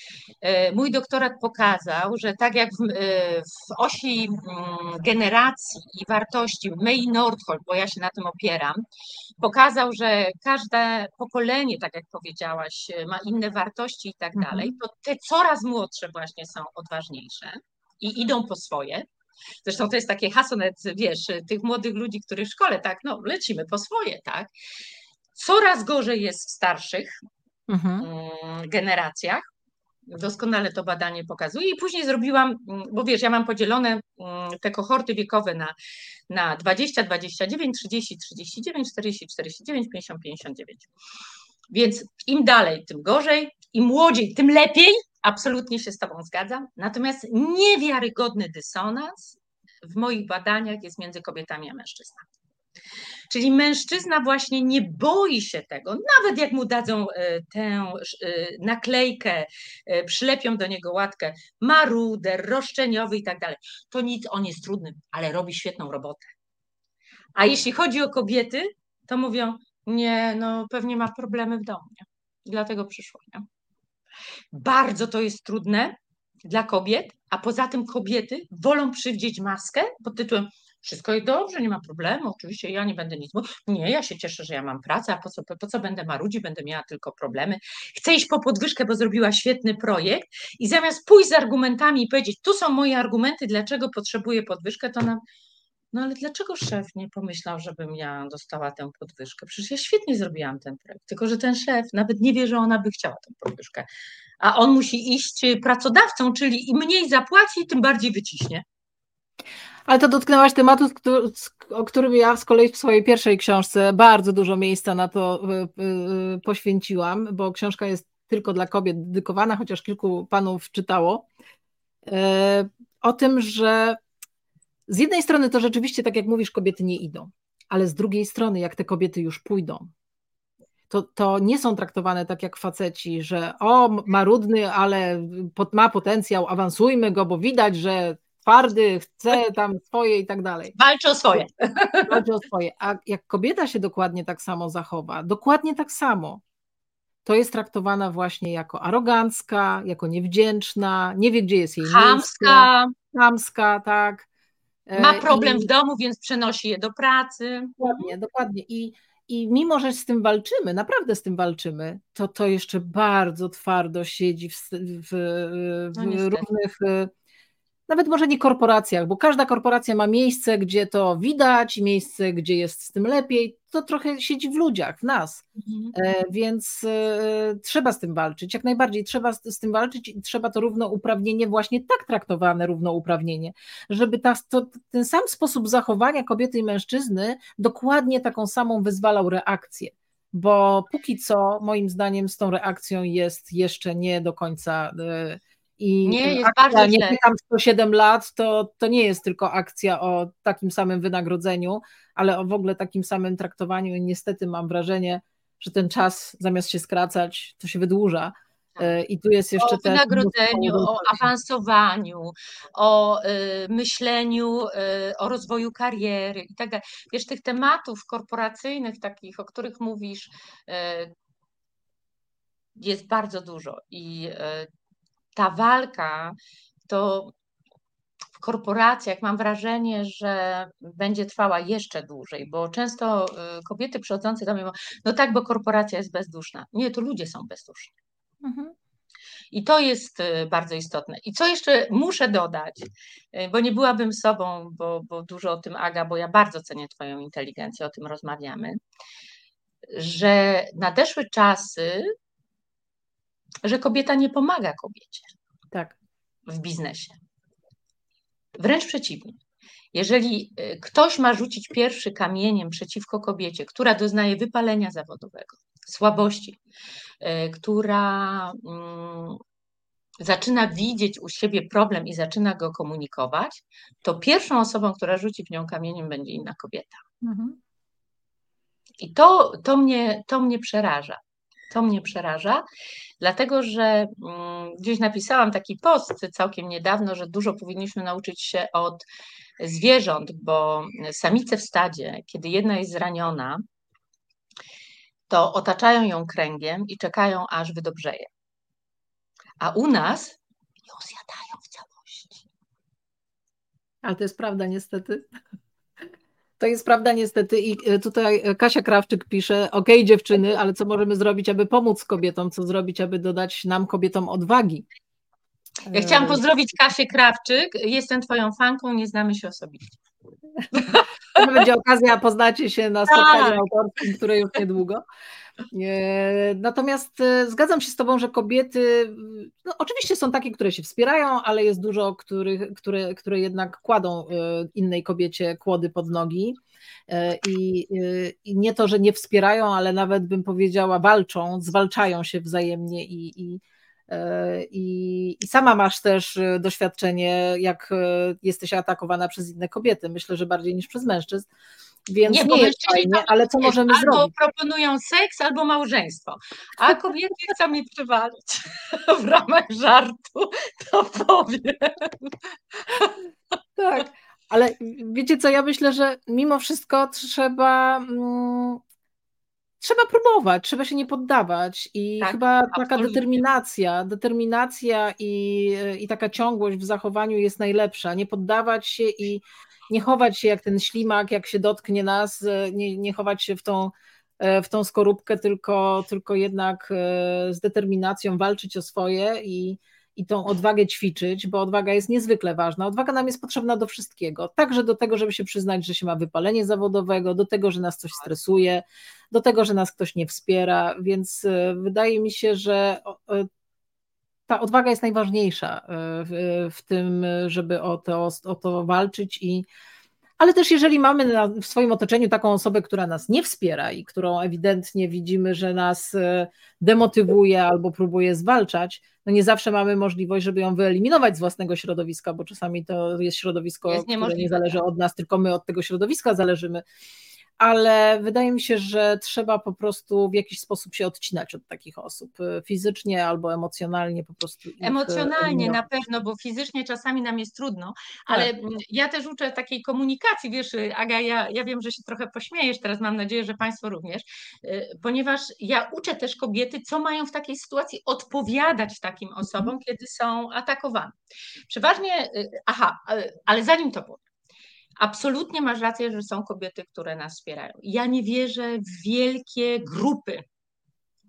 Mój doktorat pokazał, że tak jak w, w osi generacji i wartości May Nordholt, bo ja się na tym opieram, pokazał, że każde pokolenie, tak jak powiedziałaś, ma inne wartości i tak dalej, to te coraz młodsze właśnie są odważniejsze i idą po swoje. Zresztą to jest takie hasło, nawet, wiesz, tych młodych ludzi, których w szkole, tak, no lecimy po swoje, tak. Coraz gorzej jest w starszych mhm. generacjach. Doskonale to badanie pokazuje i później zrobiłam, bo wiesz, ja mam podzielone te kohorty wiekowe na, na dwadzieścia, dwadzieścia dziewięć, trzydzieści, trzydzieści dziewięć, czterdzieści, czterdzieści dziewięć, pięćdziesiąt, pięćdziesiąt dziewięć. Więc im dalej, tym gorzej, im młodziej, tym lepiej, absolutnie się z tobą zgadzam. Natomiast niewiarygodny dysonans w moich badaniach jest między kobietami a mężczyznami. Czyli mężczyzna właśnie nie boi się tego, nawet jak mu dadzą tę naklejkę, przylepią do niego łatkę, maruder, roszczeniowy i tak dalej. To nic, on jest trudny, ale robi świetną robotę. A jeśli chodzi o kobiety, to mówią, nie, no pewnie ma problemy w domu, nie? Dlatego przyszło. Nie? Bardzo to jest trudne dla kobiet, a poza tym kobiety wolą przywdzieć maskę pod tytułem wszystko jest dobrze, nie ma problemu, oczywiście ja nie będę nic mówić. Nie, ja się cieszę, że ja mam pracę, a po co, po co będę marudzić, będę miała tylko problemy. Chcę iść po podwyżkę, bo zrobiła świetny projekt i zamiast pójść z argumentami i powiedzieć, tu są moje argumenty, dlaczego potrzebuję podwyżkę, to nam, no ale dlaczego szef nie pomyślał, żebym ja dostała tę podwyżkę? Przecież ja świetnie zrobiłam ten projekt, tylko że ten szef nawet nie wie, że ona by chciała tę podwyżkę, a on musi iść pracodawcą, czyli im mniej zapłaci, tym bardziej wyciśnie. Ale to dotknęłaś tematu, o którym ja z kolei w swojej pierwszej książce bardzo dużo miejsca na to poświęciłam, bo książka jest tylko dla kobiet dedykowana, chociaż kilku panów czytało. O tym, że z jednej strony to rzeczywiście, tak jak mówisz, kobiety nie idą, ale z drugiej strony, jak te kobiety już pójdą, to, to nie są traktowane tak jak faceci, że o, marudny, ale ma potencjał, awansujmy go, bo widać, że twardy, chce tam swoje i tak dalej. Walczy o swoje. Walczy o swoje. A jak kobieta się dokładnie tak samo zachowa, dokładnie tak samo, to jest traktowana właśnie jako arogancka, jako niewdzięczna, nie wie, gdzie jest jej chamska. miejsce. Chamska, tak. Ma problem I... w domu, więc przenosi je do pracy. Dokładnie, dokładnie. I, I mimo, że z tym walczymy, naprawdę z tym walczymy, to to jeszcze bardzo twardo siedzi w, w, w no różnych... nawet może nie korporacjach, bo każda korporacja ma miejsce, gdzie to widać, miejsce, gdzie jest z tym lepiej, to trochę siedzi w ludziach, w nas. Mhm. Więc trzeba z tym walczyć, jak najbardziej trzeba z tym walczyć i trzeba to równouprawnienie właśnie tak traktowane równouprawnienie, żeby ta, to, ten sam sposób zachowania kobiety i mężczyzny dokładnie taką samą wyzwalał reakcję, bo póki co moim zdaniem z tą reakcją jest jeszcze nie do końca i nie, jest akcja bardzo Nie źle. pytam sto siedem lat, to, to nie jest tylko akcja o takim samym wynagrodzeniu, ale o w ogóle takim samym traktowaniu i niestety mam wrażenie, że ten czas zamiast się skracać, to się wydłuża. I tu jest jeszcze O też wynagrodzeniu, o awansowaniu, o y, myśleniu y, o rozwoju kariery i tak dalej. Wiesz, tych tematów korporacyjnych takich, o których mówisz, y, jest bardzo dużo i y, ta walka to w korporacjach mam wrażenie, że będzie trwała jeszcze dłużej, bo często y, kobiety przychodzące do mnie mówią, no tak, bo korporacja jest bezduszna. Nie, to ludzie są bezduszni. Mhm. I to jest bardzo istotne. I co jeszcze muszę dodać, bo nie byłabym sobą, bo, bo dużo o tym, Aga, bo ja bardzo cenię Twoją inteligencję, o tym rozmawiamy, że nadeszły czasy, że kobieta nie pomaga kobiecie tak. w biznesie. Wręcz przeciwnie. Jeżeli ktoś ma rzucić pierwszy kamieniem przeciwko kobiecie, która doznaje wypalenia zawodowego, słabości, która zaczyna widzieć u siebie problem i zaczyna go komunikować, to pierwszą osobą, która rzuci w nią kamieniem, będzie inna kobieta. Mhm. I to, to, mnie, to mnie przeraża. To mnie przeraża, dlatego że mm, gdzieś napisałam taki post całkiem niedawno, że dużo powinniśmy nauczyć się od zwierząt, bo samice w stadzie, kiedy jedna jest zraniona, to otaczają ją kręgiem i czekają, aż wydobrzeje. A u nas ją zjadają w całości. Ale to jest prawda niestety. To jest prawda niestety i tutaj Kasia Krawczyk pisze, okej okay, dziewczyny, ale co możemy zrobić, aby pomóc kobietom, co zrobić, aby dodać nam kobietom odwagi? Ja chciałam pozdrowić Kasię Krawczyk, jestem Twoją fanką, nie znamy się osobiście. To będzie okazja, poznacie się na spotkaniu tak. autorskim, które już niedługo. Natomiast zgadzam się z Tobą, że kobiety, no oczywiście są takie, które się wspierają, ale jest dużo, których, które, które jednak kładą innej kobiecie kłody pod nogi. I, I nie to, że nie wspierają, ale nawet bym powiedziała walczą, zwalczają się wzajemnie i, i I, I sama masz też doświadczenie, jak jesteś atakowana przez inne kobiety, myślę, że bardziej niż przez mężczyzn, więc nie, nie jest fajnie, ale co możemy albo zrobić? Albo proponują seks, albo małżeństwo, a kobiety chcą mnie przywalić w ramach żartu, to powiem. Tak, ale wiecie co, ja myślę, że mimo wszystko trzeba... Mm, Trzeba próbować, trzeba się nie poddawać i tak, chyba taka absolutnie. determinacja, determinacja i, i taka ciągłość w zachowaniu jest najlepsza. Nie poddawać się i nie chować się jak ten ślimak, jak się dotknie nas, nie, nie chować się w tą, w tą skorupkę, tylko, tylko jednak z determinacją walczyć o swoje i, i tą odwagę ćwiczyć, bo odwaga jest niezwykle ważna. Odwaga nam jest potrzebna do wszystkiego, także do tego, żeby się przyznać, że się ma wypalenie zawodowego, do tego, że nas coś stresuje, do tego, że nas ktoś nie wspiera, więc wydaje mi się, że ta odwaga jest najważniejsza w, w tym, żeby o to, o to walczyć i ale też jeżeli mamy na, w swoim otoczeniu taką osobę, która nas nie wspiera i którą ewidentnie widzimy, że nas demotywuje albo próbuje zwalczać, no nie zawsze mamy możliwość, żeby ją wyeliminować z własnego środowiska, bo czasami to jest środowisko, jest które nie zależy od nas, tylko my od tego środowiska zależymy. Ale wydaje mi się, że trzeba po prostu w jakiś sposób się odcinać od takich osób, fizycznie albo emocjonalnie po prostu. Emocjonalnie na pewno, bo fizycznie czasami nam jest trudno, ale tak. Ja też uczę takiej komunikacji, wiesz, Aga, ja, ja wiem, że się trochę pośmiejesz teraz, mam nadzieję, że Państwo również, ponieważ ja uczę też kobiety, co mają w takiej sytuacji odpowiadać takim osobom, kiedy są atakowane. Przeważnie, aha, ale zanim to powiem, absolutnie masz rację, że są kobiety, które nas wspierają. Ja nie wierzę w wielkie grupy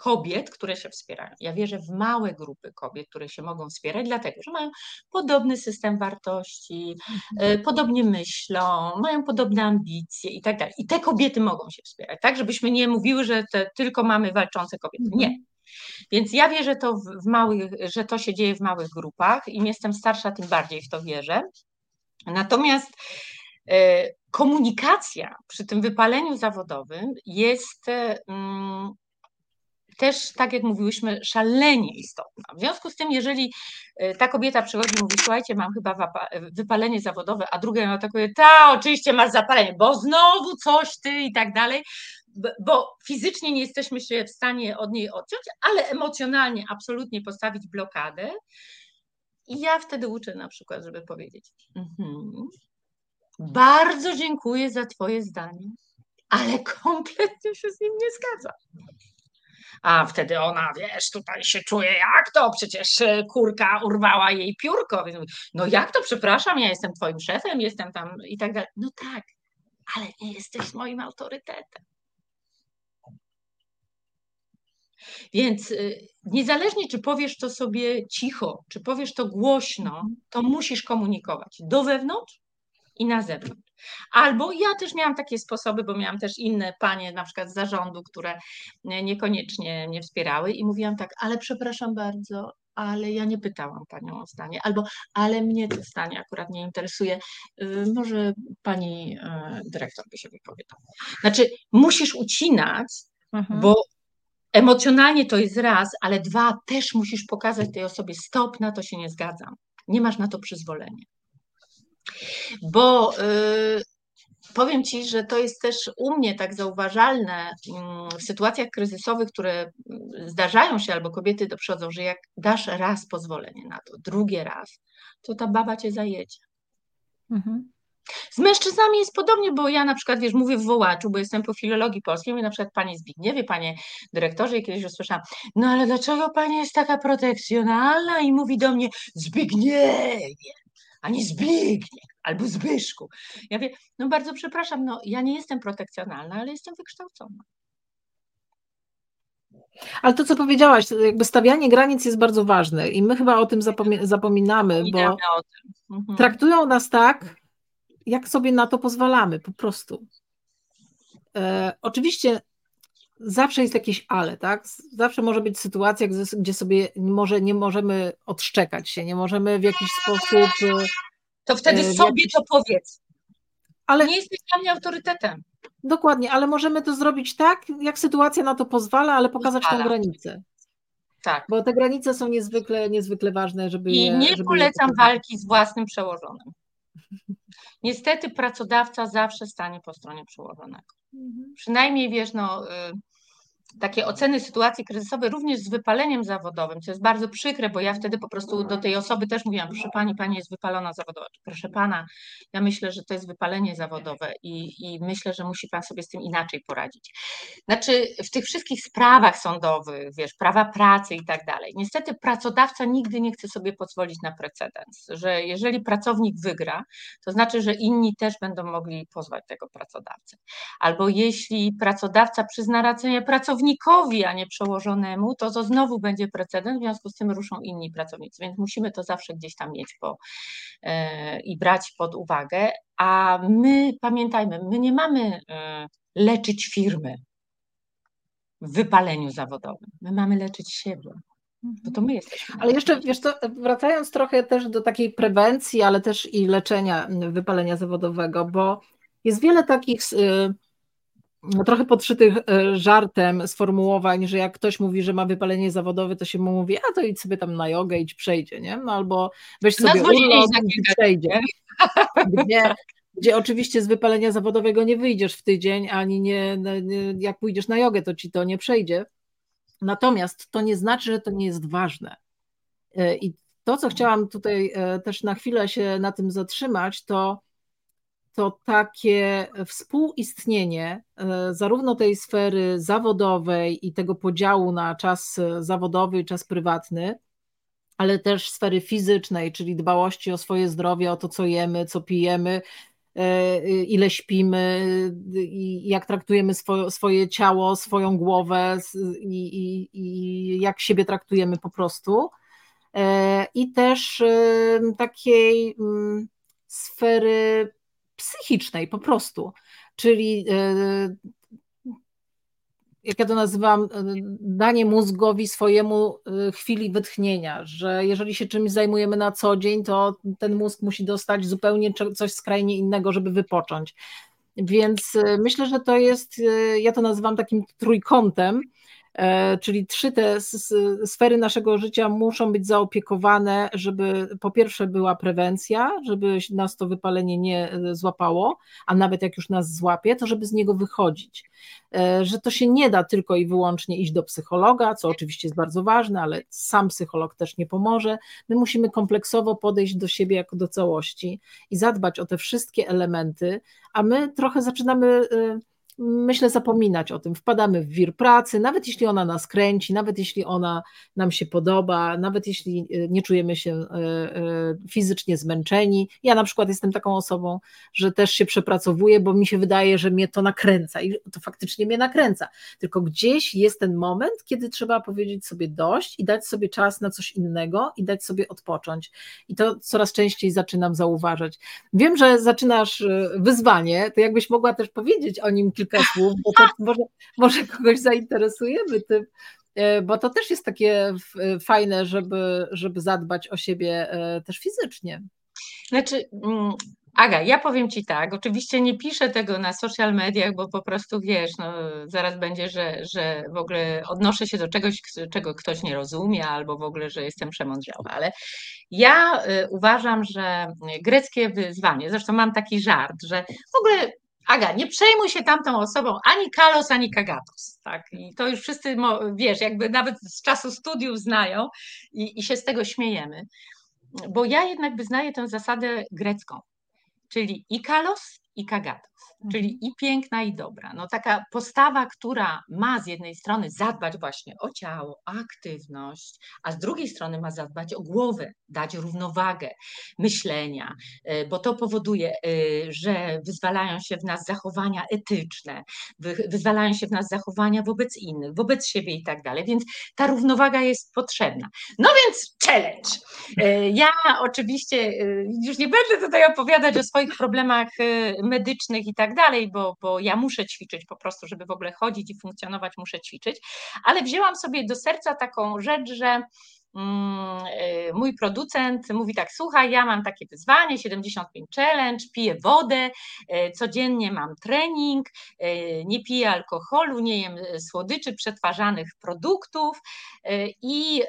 kobiet, które się wspierają. Ja wierzę w małe grupy kobiet, które się mogą wspierać, dlatego że mają podobny system wartości, mhm. podobnie myślą, mają podobne ambicje i tak dalej. I te kobiety mogą się wspierać, tak? Żebyśmy nie mówiły, że te, tylko mamy walczące kobiety. Mhm. Nie. Więc ja wierzę to w, w małych, że to się dzieje w małych grupach. Im jestem starsza, tym bardziej w to wierzę. Natomiast e, komunikacja przy tym wypaleniu zawodowym jest mm, też, tak jak mówiłyśmy, szalenie istotna. W związku z tym, jeżeli ta kobieta przychodzi i mówi, słuchajcie, mam chyba wypalenie zawodowe, a druga ją atakuje, ta, oczywiście masz zapalenie, bo znowu coś ty i tak dalej, bo fizycznie nie jesteśmy się w stanie od niej odciąć, ale emocjonalnie absolutnie postawić blokadę. I ja wtedy uczę na przykład, żeby powiedzieć, mhm, bardzo dziękuję za twoje zdanie, ale kompletnie się z nim nie zgadzam. A wtedy ona, wiesz, tutaj się czuje, jak to? Przecież kurka urwała jej piórko. No jak to? Przepraszam, ja jestem twoim szefem, jestem tam i tak dalej. No tak, ale nie jesteś moim autorytetem. Więc niezależnie, czy powiesz to sobie cicho, czy powiesz to głośno, to musisz komunikować do wewnątrz i na zewnątrz. Albo ja też miałam takie sposoby, bo miałam też inne panie, na przykład z zarządu, które niekoniecznie mnie wspierały i mówiłam tak, ale przepraszam bardzo, ale ja nie pytałam panią o zdanie, albo ale mnie to zdanie akurat nie interesuje, może pani dyrektor by się wypowiadała. Znaczy musisz ucinać, mhm. bo emocjonalnie to jest raz, ale dwa, też musisz pokazać tej osobie stop, na to się nie zgadzam, nie masz na to przyzwolenia. Bo y, powiem ci, że to jest też u mnie tak zauważalne y, w sytuacjach kryzysowych, które zdarzają się albo kobiety doprzodzą, że jak dasz raz pozwolenie na to, drugi raz, to ta baba cię zajedzie. Mhm. Z mężczyznami jest podobnie, bo ja na przykład, wiesz, mówię w wołaczu, bo jestem po filologii polskiej, mówię na przykład panie Zbigniewie, panie dyrektorze i kiedyś usłyszałam, no ale dlaczego pani jest taka protekcjonalna i mówi do mnie Zbigniewie, a nie Zbigniew albo Zbyszku. Ja mówię, no bardzo przepraszam, no ja nie jestem protekcjonalna, ale jestem wykształcona. Ale to, co powiedziałaś, jakby stawianie granic jest bardzo ważne i my chyba o tym zapomi- zapominamy, bo o tym. Mhm. traktują nas tak, jak sobie na to pozwalamy, po prostu. E, oczywiście zawsze jest jakieś ale, tak? Zawsze może być sytuacja, gdzie sobie może nie możemy odszczekać się, nie możemy w jakiś sposób... To wtedy sobie jakiś... to powiedz. Ale... Nie jesteś dla mnie autorytetem. Dokładnie, ale możemy to zrobić tak, jak sytuacja na to pozwala, ale pokazać pozwala. Tą granicę. Tak. Bo te granice są niezwykle, niezwykle ważne, żeby I je... nie żeby polecam je walki z własnym przełożonym. Niestety pracodawca zawsze stanie po stronie przełożonego. Mhm. Przynajmniej wiesz, no... Y- takie oceny sytuacji kryzysowej również z wypaleniem zawodowym, co jest bardzo przykre, bo ja wtedy po prostu do tej osoby też mówiłam, proszę pani, pani jest wypalona zawodowo, proszę pana, ja myślę, że to jest wypalenie zawodowe i, i myślę, że musi pan sobie z tym inaczej poradzić. Znaczy w tych wszystkich sprawach sądowych, wiesz, prawa pracy i tak dalej, niestety pracodawca nigdy nie chce sobie pozwolić na precedens, że jeżeli pracownik wygra, to znaczy, że inni też będą mogli pozwać tego pracodawcę. Albo jeśli pracodawca przyzna rację pracownikowi, a nie przełożonemu, to to znowu będzie precedens, w związku z tym ruszą inni pracownicy, więc musimy to zawsze gdzieś tam mieć po, yy, i brać pod uwagę, a my pamiętajmy, my nie mamy yy, leczyć firmy w wypaleniu zawodowym, my mamy leczyć siebie. Bo to my jesteśmy. Ale jeszcze, wiesz co, wracając trochę też do takiej prewencji, ale też i leczenia wypalenia zawodowego, bo jest wiele takich yy, trochę podszytych żartem sformułowań, że jak ktoś mówi, że ma wypalenie zawodowe, to się mu mówi, a to idź sobie tam na jogę, idź przejdzie, nie? No albo weź sobie urlop i przejdzie. Gdzie, gdzie oczywiście z wypalenia zawodowego nie wyjdziesz w tydzień, ani nie, nie, jak pójdziesz na jogę, to ci to nie przejdzie. Natomiast to nie znaczy, że to nie jest ważne. I to, co chciałam tutaj też na chwilę się na tym zatrzymać, to to takie współistnienie zarówno tej sfery zawodowej i tego podziału na czas zawodowy i czas prywatny, ale też sfery fizycznej, czyli dbałości o swoje zdrowie, o to, co jemy, co pijemy, ile śpimy i jak traktujemy swoje, swoje ciało, swoją głowę i, i, i jak siebie traktujemy po prostu. I też takiej sfery psychicznej po prostu, czyli jak ja to nazywam, danie mózgowi swojemu chwili wytchnienia, że jeżeli się czymś zajmujemy na co dzień, to ten mózg musi dostać zupełnie coś skrajnie innego, żeby wypocząć. Więc myślę, że to jest, ja to nazywam takim trójkątem, czyli trzy te sfery naszego życia muszą być zaopiekowane, żeby po pierwsze była prewencja, żeby nas to wypalenie nie złapało, a nawet jak już nas złapie, to żeby z niego wychodzić. Że to się nie da tylko i wyłącznie iść do psychologa, co oczywiście jest bardzo ważne, ale sam psycholog też nie pomoże. My musimy kompleksowo podejść do siebie jako do całości i zadbać o te wszystkie elementy, a my trochę zaczynamy, myślę, zapominać o tym. Wpadamy w wir pracy, nawet jeśli ona nas kręci, nawet jeśli ona nam się podoba, nawet jeśli nie czujemy się fizycznie zmęczeni. Ja na przykład jestem taką osobą, że też się przepracowuję, bo mi się wydaje, że mnie to nakręca i to faktycznie mnie nakręca. Tylko gdzieś jest ten moment, kiedy trzeba powiedzieć sobie dość i dać sobie czas na coś innego i dać sobie odpocząć. I to coraz częściej zaczynam zauważać. Wiem, że zaczynasz wyzwanie, to jakbyś mogła też powiedzieć o nim kilka słów, bo to może, może kogoś zainteresujemy tym, bo to też jest takie fajne, żeby, żeby zadbać o siebie też fizycznie. Znaczy, Aga, ja powiem Ci tak, oczywiście nie piszę tego na social mediach, bo po prostu wiesz, no, zaraz będzie, że, że w ogóle odnoszę się do czegoś, czego ktoś nie rozumie, albo w ogóle, że jestem przemądrzała, ale ja uważam, że greckie wyzwanie, zresztą mam taki żart, że w ogóle Aga, nie przejmuj się tamtą osobą, ani Kalos, ani Kagatos, tak? I to już wszyscy, wiesz, jakby nawet z czasu studiów znają i, i się z tego śmiejemy, bo ja jednak wyznaję tę zasadę grecką, czyli i Kalos, i Kagatos, czyli i piękna, i dobra. No taka postawa, która ma z jednej strony zadbać właśnie o ciało, aktywność, a z drugiej strony ma zadbać o głowę, dać równowagę myślenia, bo to powoduje, że wyzwalają się w nas zachowania etyczne, wyzwalają się w nas zachowania wobec innych, wobec siebie i tak dalej, więc ta równowaga jest potrzebna. No więc challenge. Ja oczywiście już nie będę tutaj opowiadać o swoich problemach medycznych i tak dalej, bo, bo ja muszę ćwiczyć po prostu, żeby w ogóle chodzić i funkcjonować, muszę ćwiczyć, ale wzięłam sobie do serca taką rzecz, że mój producent mówi tak, słuchaj, ja mam takie wyzwanie, siedemdziesiąt pięć challenge, piję wodę, codziennie mam trening, nie piję alkoholu, nie jem słodyczy, przetwarzanych produktów i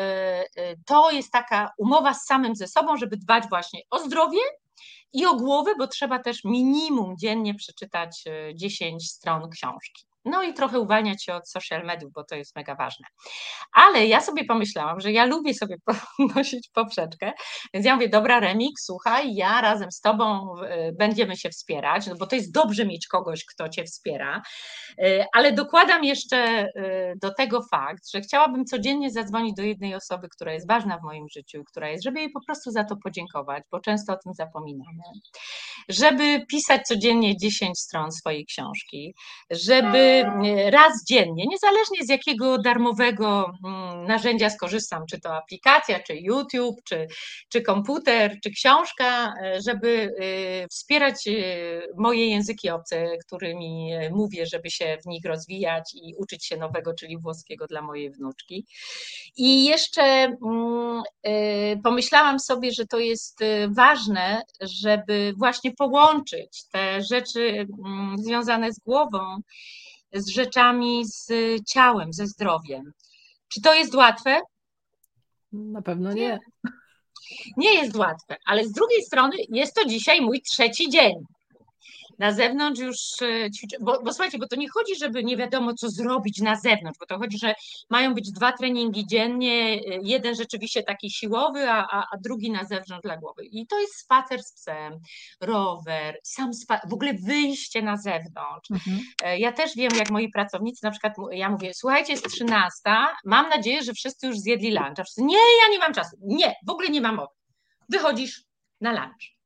to jest taka umowa z samym ze sobą, żeby dbać właśnie o zdrowie i o głowę, bo trzeba też minimum dziennie przeczytać dziesięć stron książki. No i trochę uwalniać się od social mediów, bo to jest mega ważne. Ale ja sobie pomyślałam, że ja lubię sobie podnosić poprzeczkę, więc ja mówię, dobra Remik, słuchaj, ja razem z tobą będziemy się wspierać, no bo to jest dobrze mieć kogoś, kto cię wspiera, ale dokładam jeszcze do tego fakt, że chciałabym codziennie zadzwonić do jednej osoby, która jest ważna w moim życiu, która jest, żeby jej po prostu za to podziękować, bo często o tym zapominamy, żeby pisać codziennie dziesięć stron swojej książki, żeby raz dziennie, niezależnie z jakiego darmowego narzędzia skorzystam, czy to aplikacja, czy YouTube, czy, czy komputer, czy książka, żeby wspierać moje języki obce, którymi mówię, żeby się w nich rozwijać i uczyć się nowego, czyli włoskiego dla mojej wnuczki. I jeszcze pomyślałam sobie, że to jest ważne, żeby właśnie połączyć te rzeczy związane z głową z rzeczami z ciałem, ze zdrowiem. Czy to jest łatwe? Na pewno nie. Nie jest łatwe, ale z drugiej strony jest to dzisiaj mój trzeci dzień. Na zewnątrz już ćwiczę, bo, bo słuchajcie, bo to nie chodzi, żeby nie wiadomo co zrobić na zewnątrz, bo to chodzi, że mają być dwa treningi dziennie, jeden rzeczywiście taki siłowy, a, a, a drugi na zewnątrz dla głowy. I to jest spacer z psem, rower, sam spa- w ogóle wyjście na zewnątrz. Mhm. Ja też wiem, jak moi pracownicy, na przykład ja mówię, słuchajcie, jest trzynasta, mam nadzieję, że wszyscy już zjedli lunch. A wszyscy, nie, ja nie mam czasu. Nie, w ogóle nie mam mowy. Wychodzisz na lunch.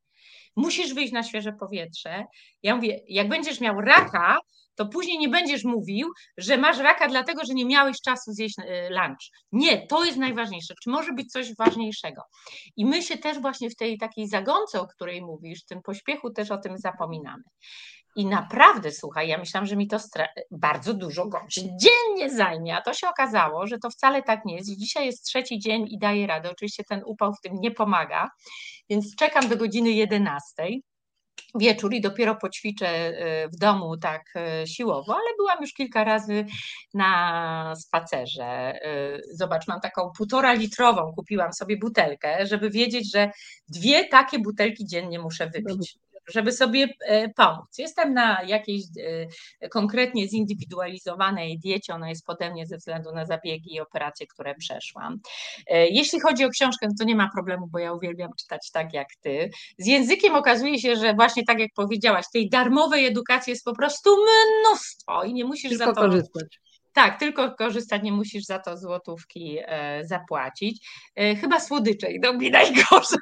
musisz wyjść na świeże powietrze. Ja mówię, jak będziesz miał raka, to później nie będziesz mówił, że masz raka dlatego, że nie miałeś czasu zjeść lunch. Nie, to jest najważniejsze. Czy może być coś ważniejszego? I my się też właśnie w tej takiej zagonce, o której mówisz, w tym pośpiechu też o tym zapominamy. I naprawdę, słuchaj, ja myślałam, że mi to bardzo dużo godzin dziennie zajmie, a to się okazało, że to wcale tak nie jest. I dzisiaj jest trzeci dzień i daję radę. Oczywiście ten upał w tym nie pomaga, więc czekam do godziny jedenastej. Wieczór i dopiero poćwiczę w domu tak siłowo, ale byłam już kilka razy na spacerze. Zobacz, mam taką półtora litrową, kupiłam sobie butelkę, żeby wiedzieć, że dwie takie butelki dziennie muszę wypić, żeby sobie pomóc. Jestem na jakiejś konkretnie zindywidualizowanej diecie, ona jest pode mnie ze względu na zabiegi i operacje, które przeszłam. Jeśli chodzi o książkę, to nie ma problemu, bo ja uwielbiam czytać tak jak ty. Z językiem okazuje się, że właśnie tak jak powiedziałaś, tej darmowej edukacji jest po prostu mnóstwo i nie musisz Tylko za to korzystać. Tak, tylko korzystać, nie musisz za to złotówki e, zapłacić. E, chyba słodycze idą mi najgorzej.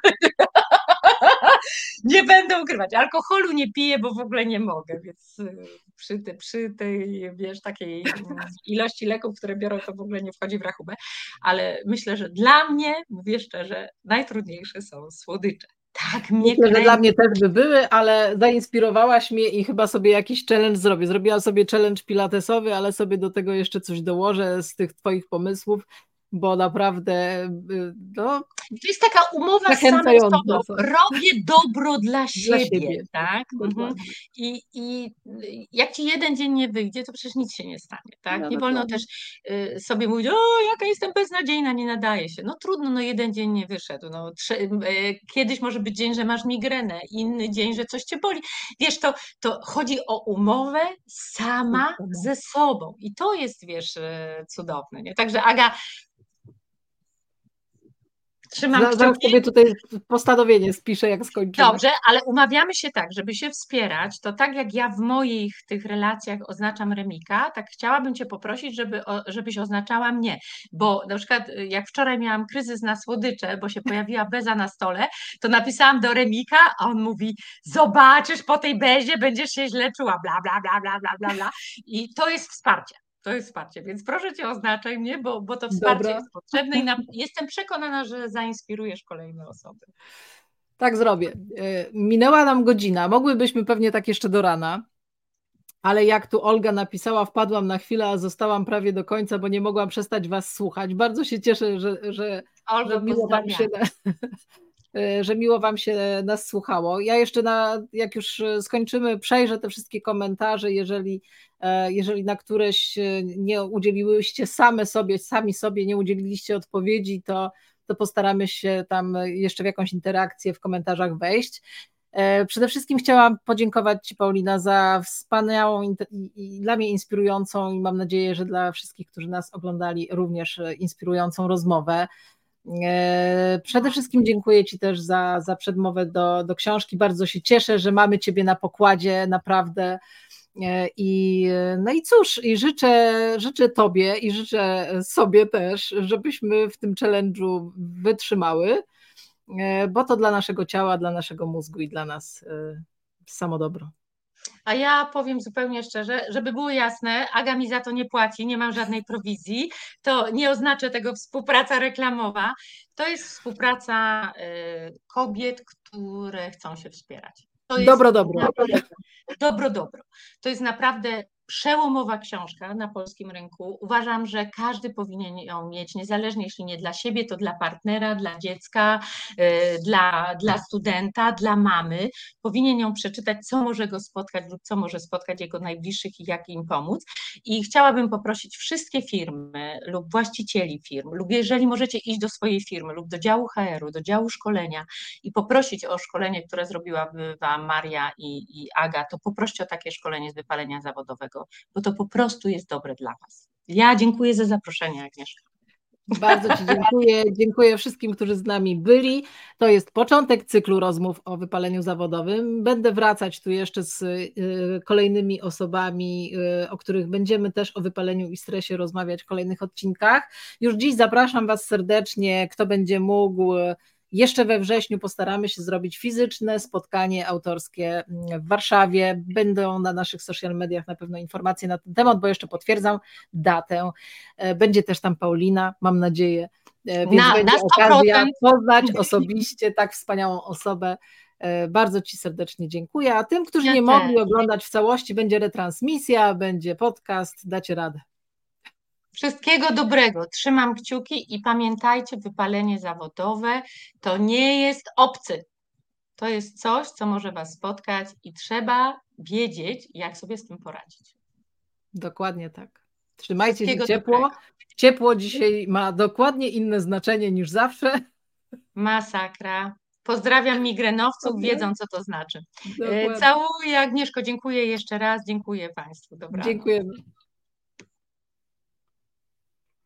Nie będę ukrywać. Alkoholu nie piję, bo w ogóle nie mogę, więc przy, te, przy tej, wiesz, takiej ilości leków, które biorą, to w ogóle nie wchodzi w rachubę. Ale myślę, że dla mnie, mówię szczerze, najtrudniejsze są słodycze. Tak, mnie Myślę, że dla mnie też by były, ale zainspirowałaś mnie i chyba sobie jakiś challenge zrobię. Zrobiłam sobie challenge pilatesowy, ale sobie do tego jeszcze coś dołożę z tych twoich pomysłów, bo naprawdę no, to jest taka umowa z samym sobą. Robię dobro dla siebie, dla siebie. Tak? Mhm. I, I jak ci jeden dzień nie wyjdzie, to przecież nic się nie stanie. Tak? No, nie wolno też y, sobie mówić, o jaka jestem beznadziejna, nie nadaje się. No trudno, no jeden dzień nie wyszedł. No, trzy, y, kiedyś może być dzień, że masz migrenę, inny dzień, że coś cię boli. Wiesz, to, to chodzi o umowę sama ze sobą. I to jest, wiesz, y, cudowne. Nie? Także Aga, trzymam kciuki. Zaraz sobie tutaj postanowienie spiszę, jak skończymy. Dobrze, ale umawiamy się tak, żeby się wspierać, to tak jak ja w moich tych relacjach oznaczam Remika, tak chciałabym Cię poprosić, żeby, żebyś oznaczała mnie, bo na przykład jak wczoraj miałam kryzys na słodycze, bo się pojawiła beza na stole, to napisałam do Remika, a on mówi, zobaczysz po tej bezie, będziesz się źle czuła, bla, bla, bla, bla, bla, bla, bla. I to jest wsparcie. To jest wsparcie, więc proszę Cię oznaczaj mnie, bo, bo to wsparcie Dobra. jest potrzebne i na, jestem przekonana, że zainspirujesz kolejne osoby. Tak zrobię. Minęła nam godzina, mogłybyśmy pewnie tak jeszcze do rana, ale jak tu Olga napisała, wpadłam na chwilę, a zostałam prawie do końca, bo nie mogłam przestać Was słuchać. Bardzo się cieszę, że, że, Olgo, że miło Wam się... że miło Wam się nas słuchało. Ja jeszcze, na, jak już skończymy, przejrzę te wszystkie komentarze, jeżeli, jeżeli na któreś nie udzieliłyście same sobie, sami sobie nie udzieliliście odpowiedzi, to, to postaramy się tam jeszcze w jakąś interakcję w komentarzach wejść. Przede wszystkim chciałam podziękować Ci, Paulina, za wspaniałą i, i dla mnie inspirującą i mam nadzieję, że dla wszystkich, którzy nas oglądali, również inspirującą rozmowę. Przede wszystkim dziękuję Ci też za, za przedmowę do, do książki. Bardzo się cieszę, że mamy Ciebie na pokładzie, naprawdę. I, no i cóż, i życzę, życzę Tobie i życzę sobie też, żebyśmy w tym challenge'u wytrzymały, bo to dla naszego ciała, dla naszego mózgu i dla nas samo dobro. A ja powiem zupełnie szczerze, żeby było jasne, Aga mi za to nie płaci, nie mam żadnej prowizji, to nie oznacza tego współpraca reklamowa, to jest współpraca kobiet, które chcą się wspierać. To jest dobro, dobro. Dobro, dobro. To jest naprawdę przełomowa książka na polskim rynku. Uważam, że każdy powinien ją mieć, niezależnie jeśli nie dla siebie, to dla partnera, dla dziecka, dla, dla studenta, dla mamy. Powinien ją przeczytać, co może go spotkać lub co może spotkać jego najbliższych i jak im pomóc. I chciałabym poprosić wszystkie firmy lub właścicieli firm, lub jeżeli możecie iść do swojej firmy lub do działu H R u, do działu szkolenia i poprosić o szkolenie, które zrobiła Wam Maria i, i Aga, to poproście o takie szkolenie z wypalenia zawodowego, bo to po prostu jest dobre dla Was. Ja dziękuję za zaproszenie, Agnieszka. Bardzo Ci dziękuję. Dziękuję wszystkim, którzy z nami byli. To jest początek cyklu rozmów o wypaleniu zawodowym. Będę wracać tu jeszcze z kolejnymi osobami, o których będziemy też o wypaleniu i stresie rozmawiać w kolejnych odcinkach. Już dziś zapraszam Was serdecznie, kto będzie mógł. Jeszcze we wrześniu postaramy się zrobić fizyczne spotkanie autorskie w Warszawie. Będą na naszych social mediach na pewno informacje na ten temat, bo jeszcze potwierdzam datę. Będzie też tam Paulina, mam nadzieję, więc na, będzie na okazja poznać osobiście tak wspaniałą osobę. Bardzo Ci serdecznie dziękuję, a tym, którzy ja nie też. mogli oglądać w całości, będzie retransmisja, będzie podcast, dacie radę. Wszystkiego dobrego, trzymam kciuki i pamiętajcie, wypalenie zawodowe to nie jest obcy. To jest coś, co może Was spotkać i trzeba wiedzieć, jak sobie z tym poradzić. Dokładnie tak. Trzymajcie Wszystkiego się ciepło. dobrego. Ciepło dzisiaj ma dokładnie inne znaczenie niż zawsze. Masakra. Pozdrawiam migrenowców, Dobra. wiedzą, co to znaczy. Dokładnie. Całuję, Agnieszko, dziękuję jeszcze raz, dziękuję Państwu. Dobranoc. Dziękujemy.